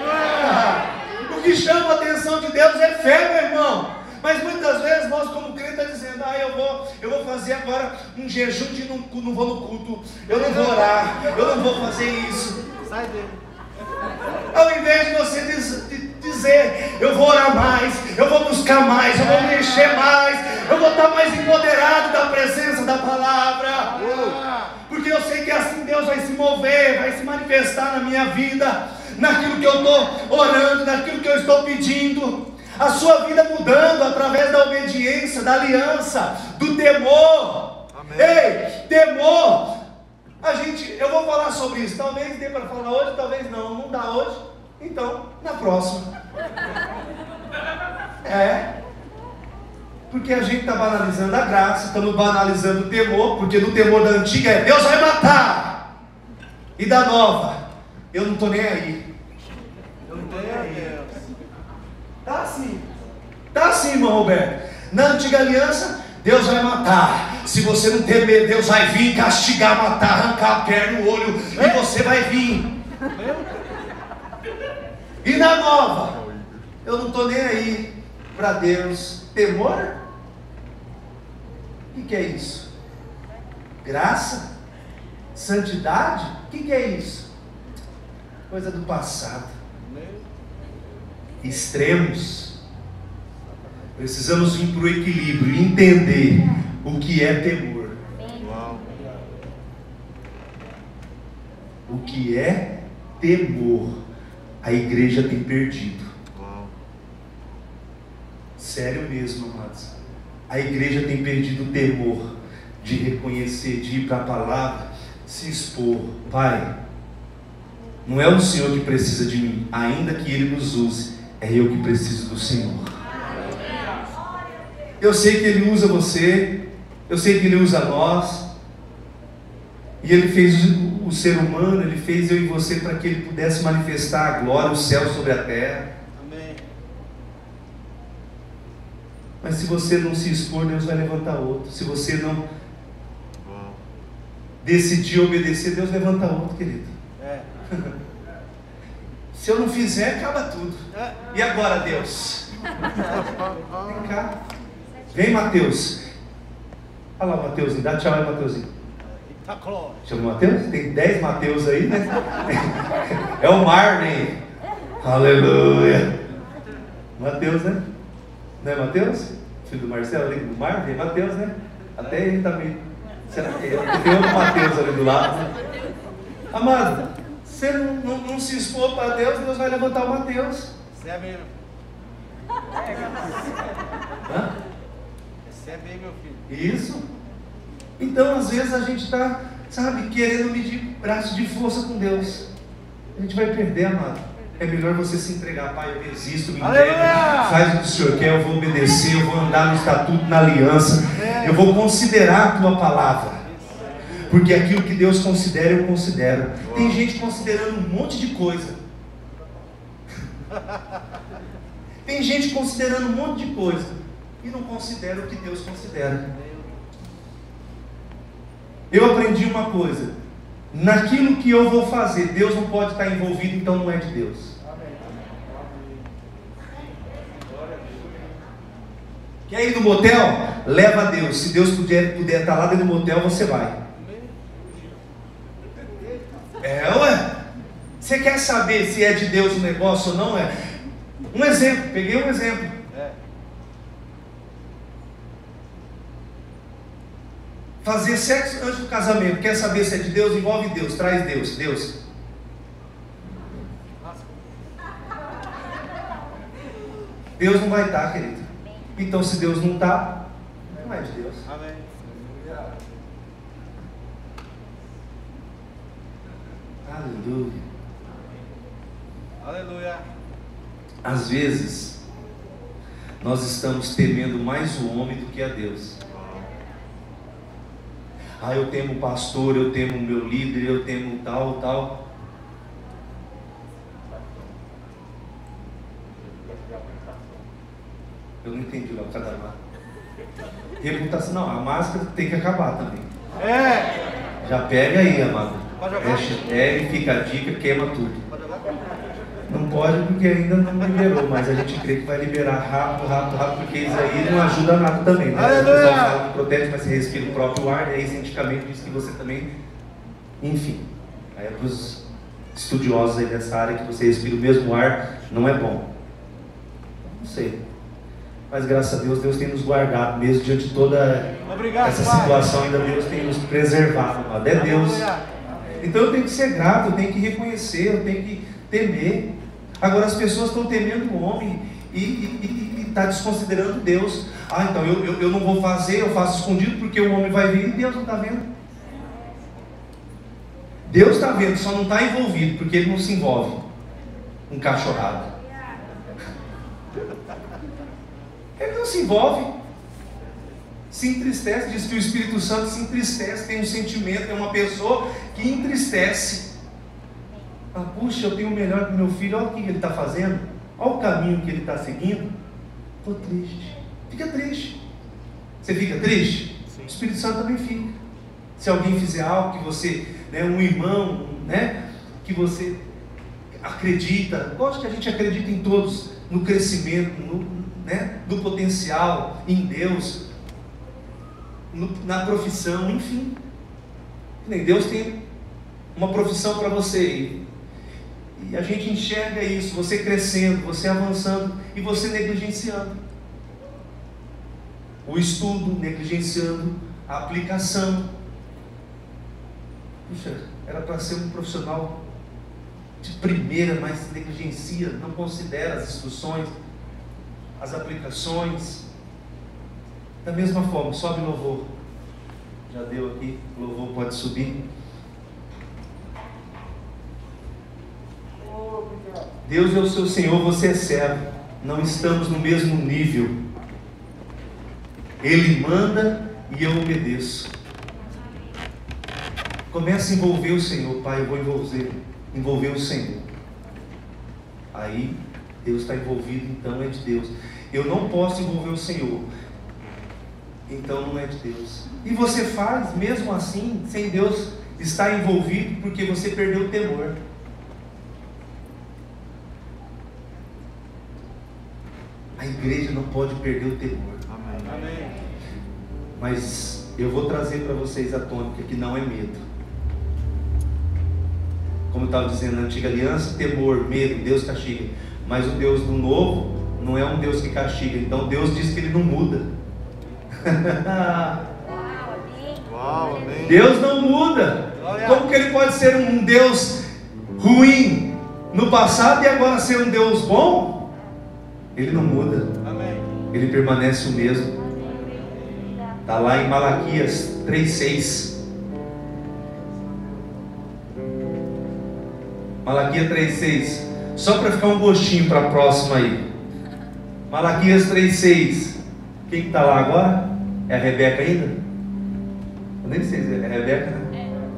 S1: O que chama a atenção de Deus é fé, meu irmão. Mas muitas vezes nós como crentes estamos dizendo, ah, eu vou, eu vou fazer agora um jejum de não, não vou no culto, eu não vou orar, eu não vou fazer isso.
S2: Sai dele.
S1: Ao invés de você diz, de dizer, eu vou orar mais, eu vou buscar mais, eu vou mexer mais, eu vou estar mais empoderado da presença da palavra. Porque eu sei que assim Deus vai se mover, vai se manifestar na minha vida, naquilo que eu estou orando, naquilo que eu estou pedindo. A sua vida mudando através da obediência, da aliança, do temor. Amém. Ei, temor. A gente, eu vou falar sobre isso. Talvez dê para falar hoje, talvez não. Não dá hoje. Então, na próxima. É. Porque a gente está banalizando a graça, estamos banalizando o temor, porque no temor da antiga é Deus vai matar. E da nova, eu não estou nem aí. Eu não estou nem aí. Tá assim, tá assim, irmão Roberto. Na antiga aliança, Deus vai matar. Se você não temer, Deus vai vir castigar, matar, arrancar a perna, o olho, e você vai vir. E na nova, eu não estou nem aí para Deus. Temor? O que, que é isso? Graça? Santidade? O que, que é isso? Coisa do passado. Extremos. Precisamos vir para o equilíbrio e entender o que é temor. O que é temor? A igreja tem perdido. Sério mesmo, amados. A igreja tem perdido o temor de reconhecer, de ir para a palavra, se expor. Pai, não é o Senhor que precisa de mim, ainda que Ele nos use. É eu que preciso do Senhor. Eu sei que Ele usa você. Eu sei que Ele usa nós. E Ele fez o, o ser humano, Ele fez eu e você para que Ele pudesse manifestar a glória, o céu sobre a terra.
S2: Amém.
S1: Mas se você não se expor, Deus vai levantar outro. Se você não decidir obedecer, Deus levanta outro, querido.
S2: É.
S1: Se eu não fizer, acaba tudo.
S2: É.
S1: E agora, Deus? Vem cá. Vem, Mateus. Olha lá o Mateuzinho. Dá tchau aí, Mateuzinho.
S2: Tá claro.
S1: Chama o Mateus? Tem dez Mateus aí, né? É o Marley. Aleluia. Mateus, né? Não é Mateus? Filho do Marcelo ali do Marley? É Mateus, né? Até ele também. Será que é? Tem outro Mateus ali do lado. Amado, você não, não, não se expor para Deus, Deus vai levantar o Mateus.
S2: Recebe aí, meu
S1: Hã?
S2: Recebe aí, meu filho.
S1: Isso. Então, às vezes, a gente está, sabe, querendo medir braço de força com Deus. A gente vai perder, amado. É melhor você se entregar. Pai, eu resisto, me entrego. Faz o que o Senhor quer, eu vou obedecer, eu vou andar no estatuto, na aliança. Eu vou considerar a tua palavra. Porque aquilo que Deus considera, eu considero. Tem gente considerando um monte de coisa. Tem gente considerando um monte de coisa e não considera o que Deus considera. Eu aprendi uma coisa: naquilo que eu vou fazer, Deus não pode estar envolvido, então não é de Deus. Quer ir no motel? Leva a Deus. Se Deus puder, puder estar lá dentro do motel, você vai. É, ué? Você quer saber se é de Deus o negócio ou não é? Um exemplo, peguei um exemplo.
S2: É.
S1: Fazer sexo antes do casamento. Quer saber se é de Deus? Envolve Deus, traz Deus. Deus. Deus não vai estar, querido. Então, se Deus não está, não é de Deus.
S2: Amém.
S1: Aleluia.
S2: Aleluia.
S1: Às vezes, nós estamos temendo mais o homem do que a Deus. Ah, eu temo o pastor, eu temo o meu líder, eu temo tal, tal. Eu não entendi lá o cada máscara. Reputação, não, a máscara tem que acabar também.
S2: É.
S1: Já pega aí, amado.
S2: Pode jogar?
S1: Hashtag, fica a dica, queima tudo.
S2: Pode jogar?
S1: Não pode porque ainda não liberou, mas a gente crê que vai liberar rápido, rápido, rápido, porque isso aí não ajuda nada também, né? O pessoal fala que protege, mas você respira o próprio ar, e aí cientificamente diz que você também, enfim. Aí é para os estudiosos aí dessa área que você respira o mesmo ar, não é bom. Não sei. Mas graças a Deus, Deus tem nos guardado, mesmo diante de toda
S2: Obrigado,
S1: essa
S2: Pai.
S1: situação, ainda Deus tem nos preservado, amado. É Deus. Então eu tenho que ser grato, eu tenho que reconhecer, eu tenho que temer. Agora as pessoas estão temendo o homem e está desconsiderando Deus. Ah, então eu, eu, eu não vou fazer, eu faço escondido porque o homem vai ver e Deus não está vendo. Deus está vendo, só não está envolvido porque ele não se envolve. Um cachorrado. Ele não se envolve. Se entristece, diz que o Espírito Santo se entristece, tem um sentimento, é uma pessoa que entristece. Ah, puxa, eu tenho o melhor para o meu filho, olha o que ele está fazendo, olha o caminho que ele está seguindo. Estou triste. Fica triste. Você fica triste? Sim. O Espírito Santo também fica. Se alguém fizer algo que você, né, um irmão, né, que você acredita, lógico que a gente acredita em todos, no crescimento, no, né, no potencial, em Deus, no, na profissão, enfim. Nem Deus tem uma profissão para você e, e a gente enxerga isso, você crescendo, você avançando e você negligenciando o estudo, negligenciando a aplicação. Puxa, era para ser um profissional de primeira, mas negligencia, não considera as instruções, as aplicações. Da mesma forma, sobe o louvor. Já deu aqui, o louvor pode subir. Deus é o seu Senhor, você é servo. Não estamos no mesmo nível. Ele manda e eu obedeço. Começa a envolver o Senhor. Pai, eu vou envolver, envolver o Senhor. Aí Deus está envolvido, então é de Deus. Eu não posso envolver o Senhor, então não é de Deus. E você faz mesmo assim, sem Deus estar envolvido, porque você perdeu o temor. A igreja não pode perder o temor.
S2: Amém.
S1: Mas eu vou trazer para vocês a tônica que não é medo. Como eu estava dizendo na antiga aliança, temor, medo, Deus castiga. Mas o Deus do novo não é um Deus que castiga. Então Deus diz que Ele não muda.
S2: Uau, amém.
S1: Deus não muda. Como que Ele pode ser um Deus ruim no passado e agora ser um Deus bom? Ele não muda.
S2: Amém.
S1: Ele permanece o mesmo. Está lá em Malaquias três, seis. Malaquias três, seis. Só para ficar um gostinho para a próxima aí. Malaquias três, seis. Quem está lá agora? É a Rebeca ainda? Eu nem sei se é a Rebeca, né?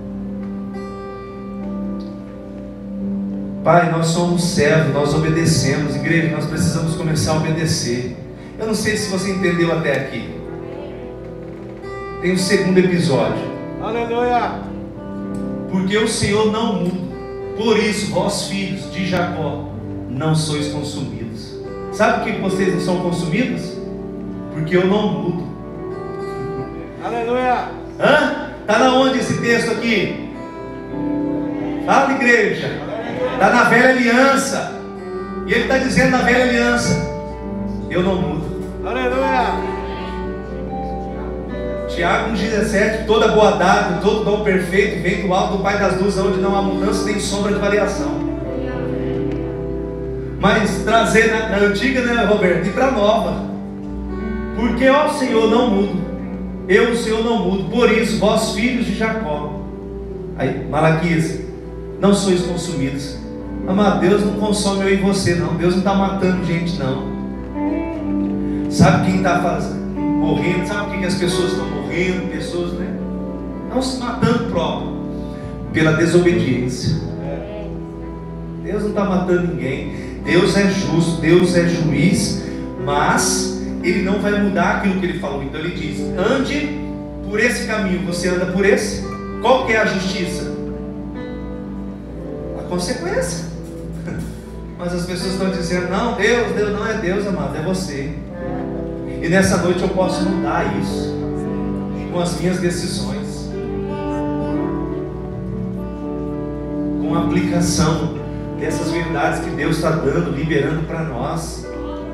S1: Pai, nós somos servos, nós obedecemos. Igreja, nós precisamos começar a obedecer. Eu não sei se você entendeu até aqui. Tem o segundo episódio.
S2: Aleluia.
S1: Porque o Senhor não muda. Por isso, vós filhos de Jacó, não sois consumidos. Sabe por que vocês não são consumidos? Porque eu não mudo.
S2: Aleluia.
S1: Hã? Está na onde esse texto aqui? Fala, igreja. Está na velha aliança. E ele está dizendo na velha aliança: eu não mudo.
S2: Aleluia.
S1: Tiago um, dezessete. Toda boa dádiva, todo dom perfeito vem do alto do Pai das luzes, onde não há mudança nem sombra de variação. Mas trazer na, na antiga, né, Roberto? E para a nova. Porque ó Senhor, não mudo. Eu, o Senhor, não mudo. Por isso, vós filhos de Jacó. Aí, Malaquias, não sois consumidos. Amado, Deus não consome eu e você, não. Deus não está matando gente, não. Sabe quem está fazendo? Morrendo, sabe por que as pessoas estão morrendo? Pessoas, né? Não se matando próprio. Pela desobediência. Deus não está matando ninguém. Deus é justo, Deus é juiz, mas Ele não vai mudar aquilo que Ele falou. Então Ele diz: ande por esse caminho. Você anda por esse? Qual que é a justiça? A consequência. Mas as pessoas estão dizendo: não, Deus, Deus não é Deus, amado, é você. E nessa noite eu posso mudar isso com as minhas decisões, com a aplicação dessas verdades que Deus está dando, liberando para nós.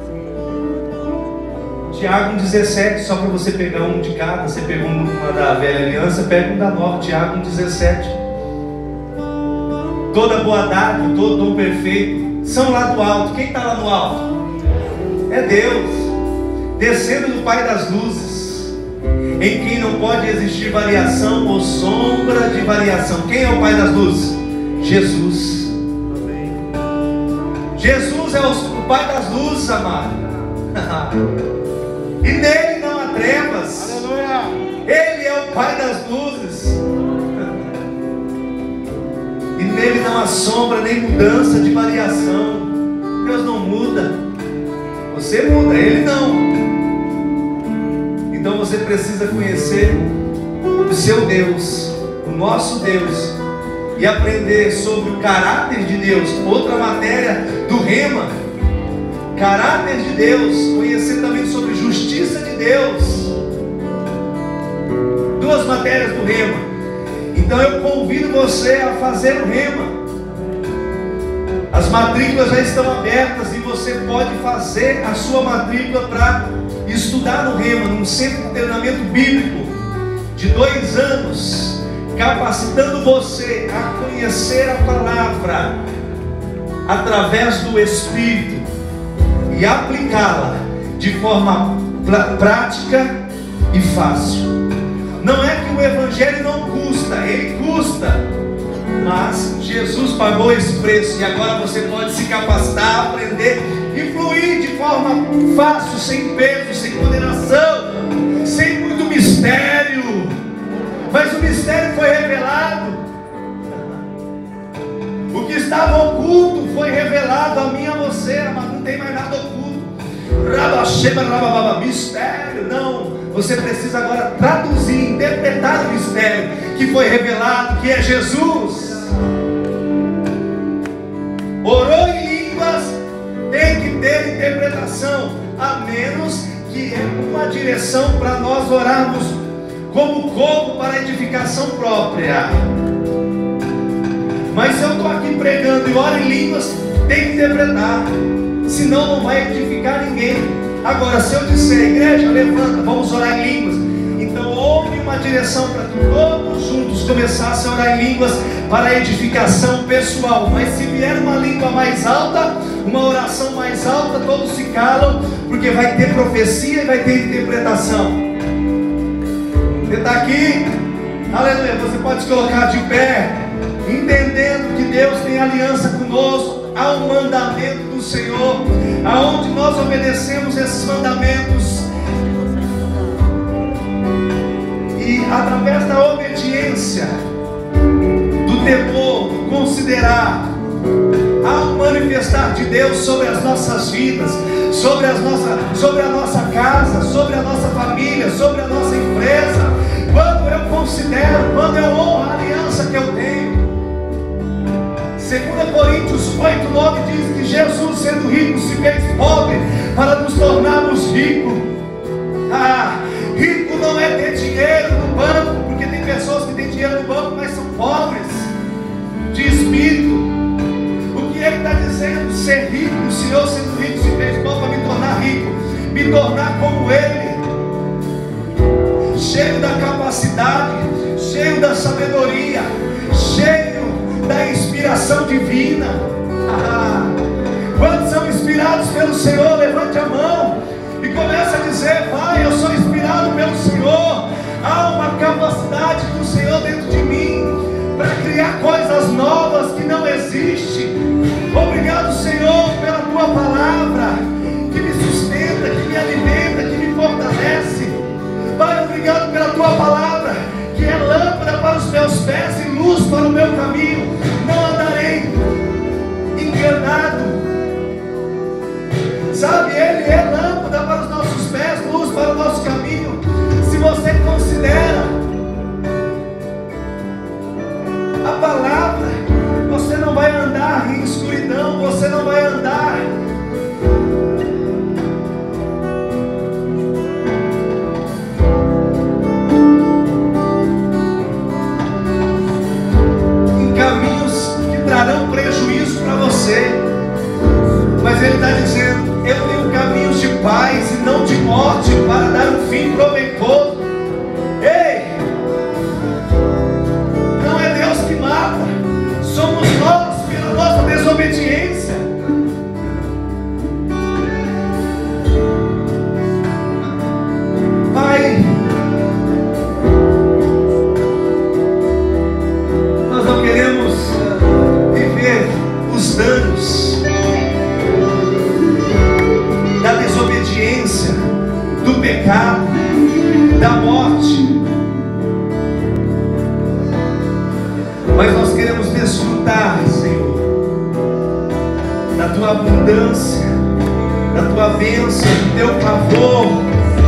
S1: Tiago um, dezessete, só para você pegar um de cada. Você pegou uma da velha aliança, pega um da nova. Tiago um, dezessete. Toda boa dádiva, todo dom perfeito são lá do alto. Quem está lá no alto? É Deus, descendo do Pai das luzes, em quem não pode existir variação ou sombra de variação. Quem é o Pai das luzes? Jesus. Jesus é o Pai das luzes, amado. E nele não há trevas.
S2: Aleluia.
S1: Ele é o Pai das luzes. E nele não há sombra nem mudança de variação. Deus não muda. Você muda, Ele não. Então você precisa conhecer o seu Deus, o nosso Deus, e aprender sobre o caráter de Deus. Outra matéria do Rema, caráter de Deus. Conhecer também sobre justiça de Deus. Duas matérias do Rema. Então eu convido você a fazer o Rema. As matrículas já estão abertas e você pode fazer a sua matrícula para estudar no Rema, num centro de treinamento bíblico de dois anos, capacitando você a conhecer a palavra através do Espírito e aplicá-la de forma prática e fácil. Não é que o Evangelho não custa, ele custa, mas Jesus pagou esse preço e agora você pode se capacitar, aprender e fluir de forma fácil, sem peso, sem condenação, sem muito mistério. Mas o mistério foi revelado revelado. O que estava oculto foi revelado a mim e a você, mas não tem mais nada oculto. Rabacheba, rabababa, mistério, não. Você precisa agora traduzir, interpretar o mistério que foi revelado, que é Jesus. Orou em línguas, tem que ter interpretação, a menos que é uma direção para nós orarmos como corpo para edificação própria. Mas se eu estou aqui pregando e oro em línguas, tem que interpretar, senão não vai edificar ninguém. Agora, se eu disser, igreja, levanta, vamos orar em línguas, então houve uma direção para que todos juntos começassem a orar em línguas para a edificação pessoal. Mas se vier uma língua mais alta, uma oração mais alta, todos se calam, porque vai ter profecia e vai ter interpretação. Você está aqui? Aleluia. Você pode se colocar de pé, entendendo que Deus tem aliança conosco. Há um mandamento do Senhor, aonde nós obedecemos esses mandamentos, e através da obediência, do temor, do considerar, há um manifestar de Deus sobre as nossas vidas, sobre, as nossa, sobre a nossa casa, sobre a nossa família, sobre a nossa empresa. Quando eu considero, quando eu honro a aliança que eu tenho. Segunda Coríntios oito, nove diz que Jesus, sendo rico, se fez pobre para nos tornarmos ricos. Ah, rico não é ter dinheiro no banco, porque tem pessoas que têm dinheiro no banco, mas são pobres de espírito. O que ele está dizendo? Ser rico, o Senhor sendo rico se fez pobre para me tornar rico, me tornar como Ele, cheio da capacidade, cheio da sabedoria, cheio da inspiração divina. Ah, quantos são inspirados pelo Senhor? Levante a mão e comece a dizer: Pai, eu sou inspirado pelo Senhor. Há uma capacidade do Senhor dentro de mim para criar coisas novas que não existem. Obrigado, Senhor, pela Tua palavra que me sustenta, que me alimenta, que me fortalece. Pai, obrigado pela Tua palavra que é lâmpada para os meus pés e luz para o meu caminho. Não andarei enganado. Sabe, Ele é lâmpada para os nossos pés, luz para o nosso caminho. Se você considera a palavra, você não vai andar em escuridão, você não vai andar trarão prejuízo para você, mas Ele está dizendo: eu tenho caminhos de paz e não de morte, para dar um fim proveitoso. Ei, não é Deus que mata, somos nós pela nossa desobediência. Pai, nós não queremos os danos da desobediência, do pecado, da morte, mas nós queremos desfrutar, Senhor, da Tua abundância, da Tua bênção, do Teu favor.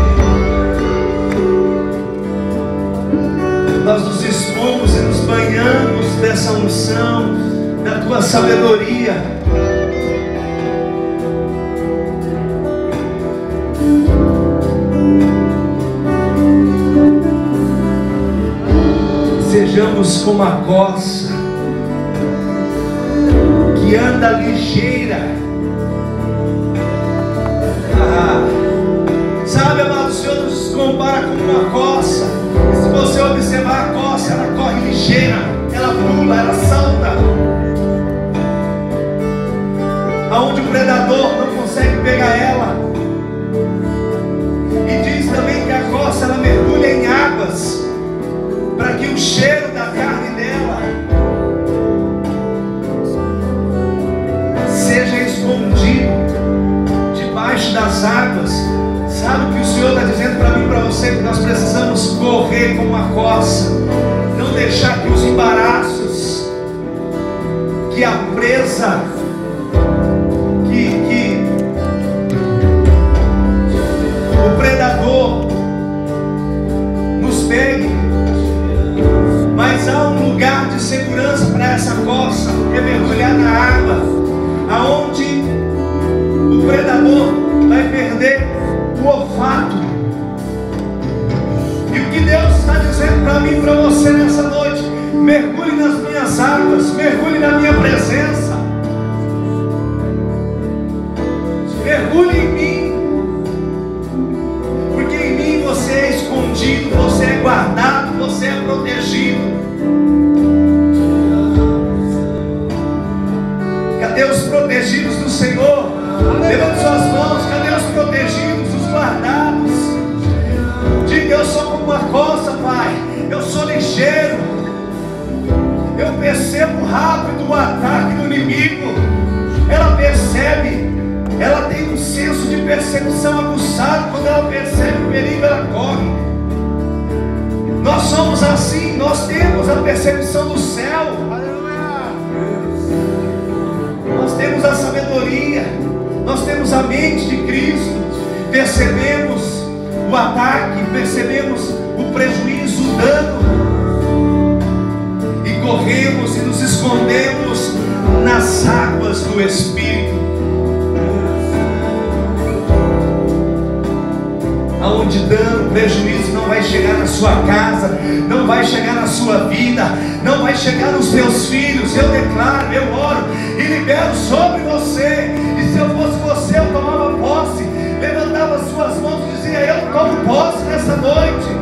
S1: Nós nos expomos e nos banhamos dessa unção, da Tua sabedoria. Sejamos como a corça que anda ligeira. Ah, sabe, amado, o Senhor nos compara com uma corça. E se você observar a corça, ela corre ligeira, ela pula, ela salta, aonde o predador não consegue pegar ela. E diz também que a corça, ela mergulha em águas, para que o cheiro da carne dela seja escondido debaixo das águas. Sabe o que o Senhor está dizendo para mim e para você? Que nós precisamos correr como uma corça, não deixar que os embaraços, que a presa, que, que o predador nos pegue. Mas há um lugar de segurança para essa coça, é mergulhar na água, aonde o predador vai perder o olfato. E o que Deus está dizendo para mim e para você nessa noite: mergulhe nas minhas águas, mergulhe na minha presença, mergulhe em mim, porque em mim você é escondido, você é guardado, você é protegido. Cadê os protegidos do Senhor? Levante suas mãos. Cadê os protegidos, os guardados? Diga: eu sou como uma coça, Pai. Eu sou ligeiro. Eu percebo rápido o ataque do inimigo. Ela percebe. Ela tem um senso de percepção aguçado. Quando ela percebe o perigo, ela corre. Nós somos assim. Nós temos a percepção do céu. Nós temos a sabedoria. Nós temos a mente de Cristo. Percebemos o ataque, percebemos o prejuízo, o dano, e corremos e nos escondemos nas águas do Espírito, aonde dano, prejuízo não vai chegar na sua casa, não vai chegar na sua vida, não vai chegar nos seus filhos. Eu declaro, eu oro e libero sobre você. E se eu fosse você, eu tomava posse, levantava as suas mãos e dizia: eu tomo posse nessa noite.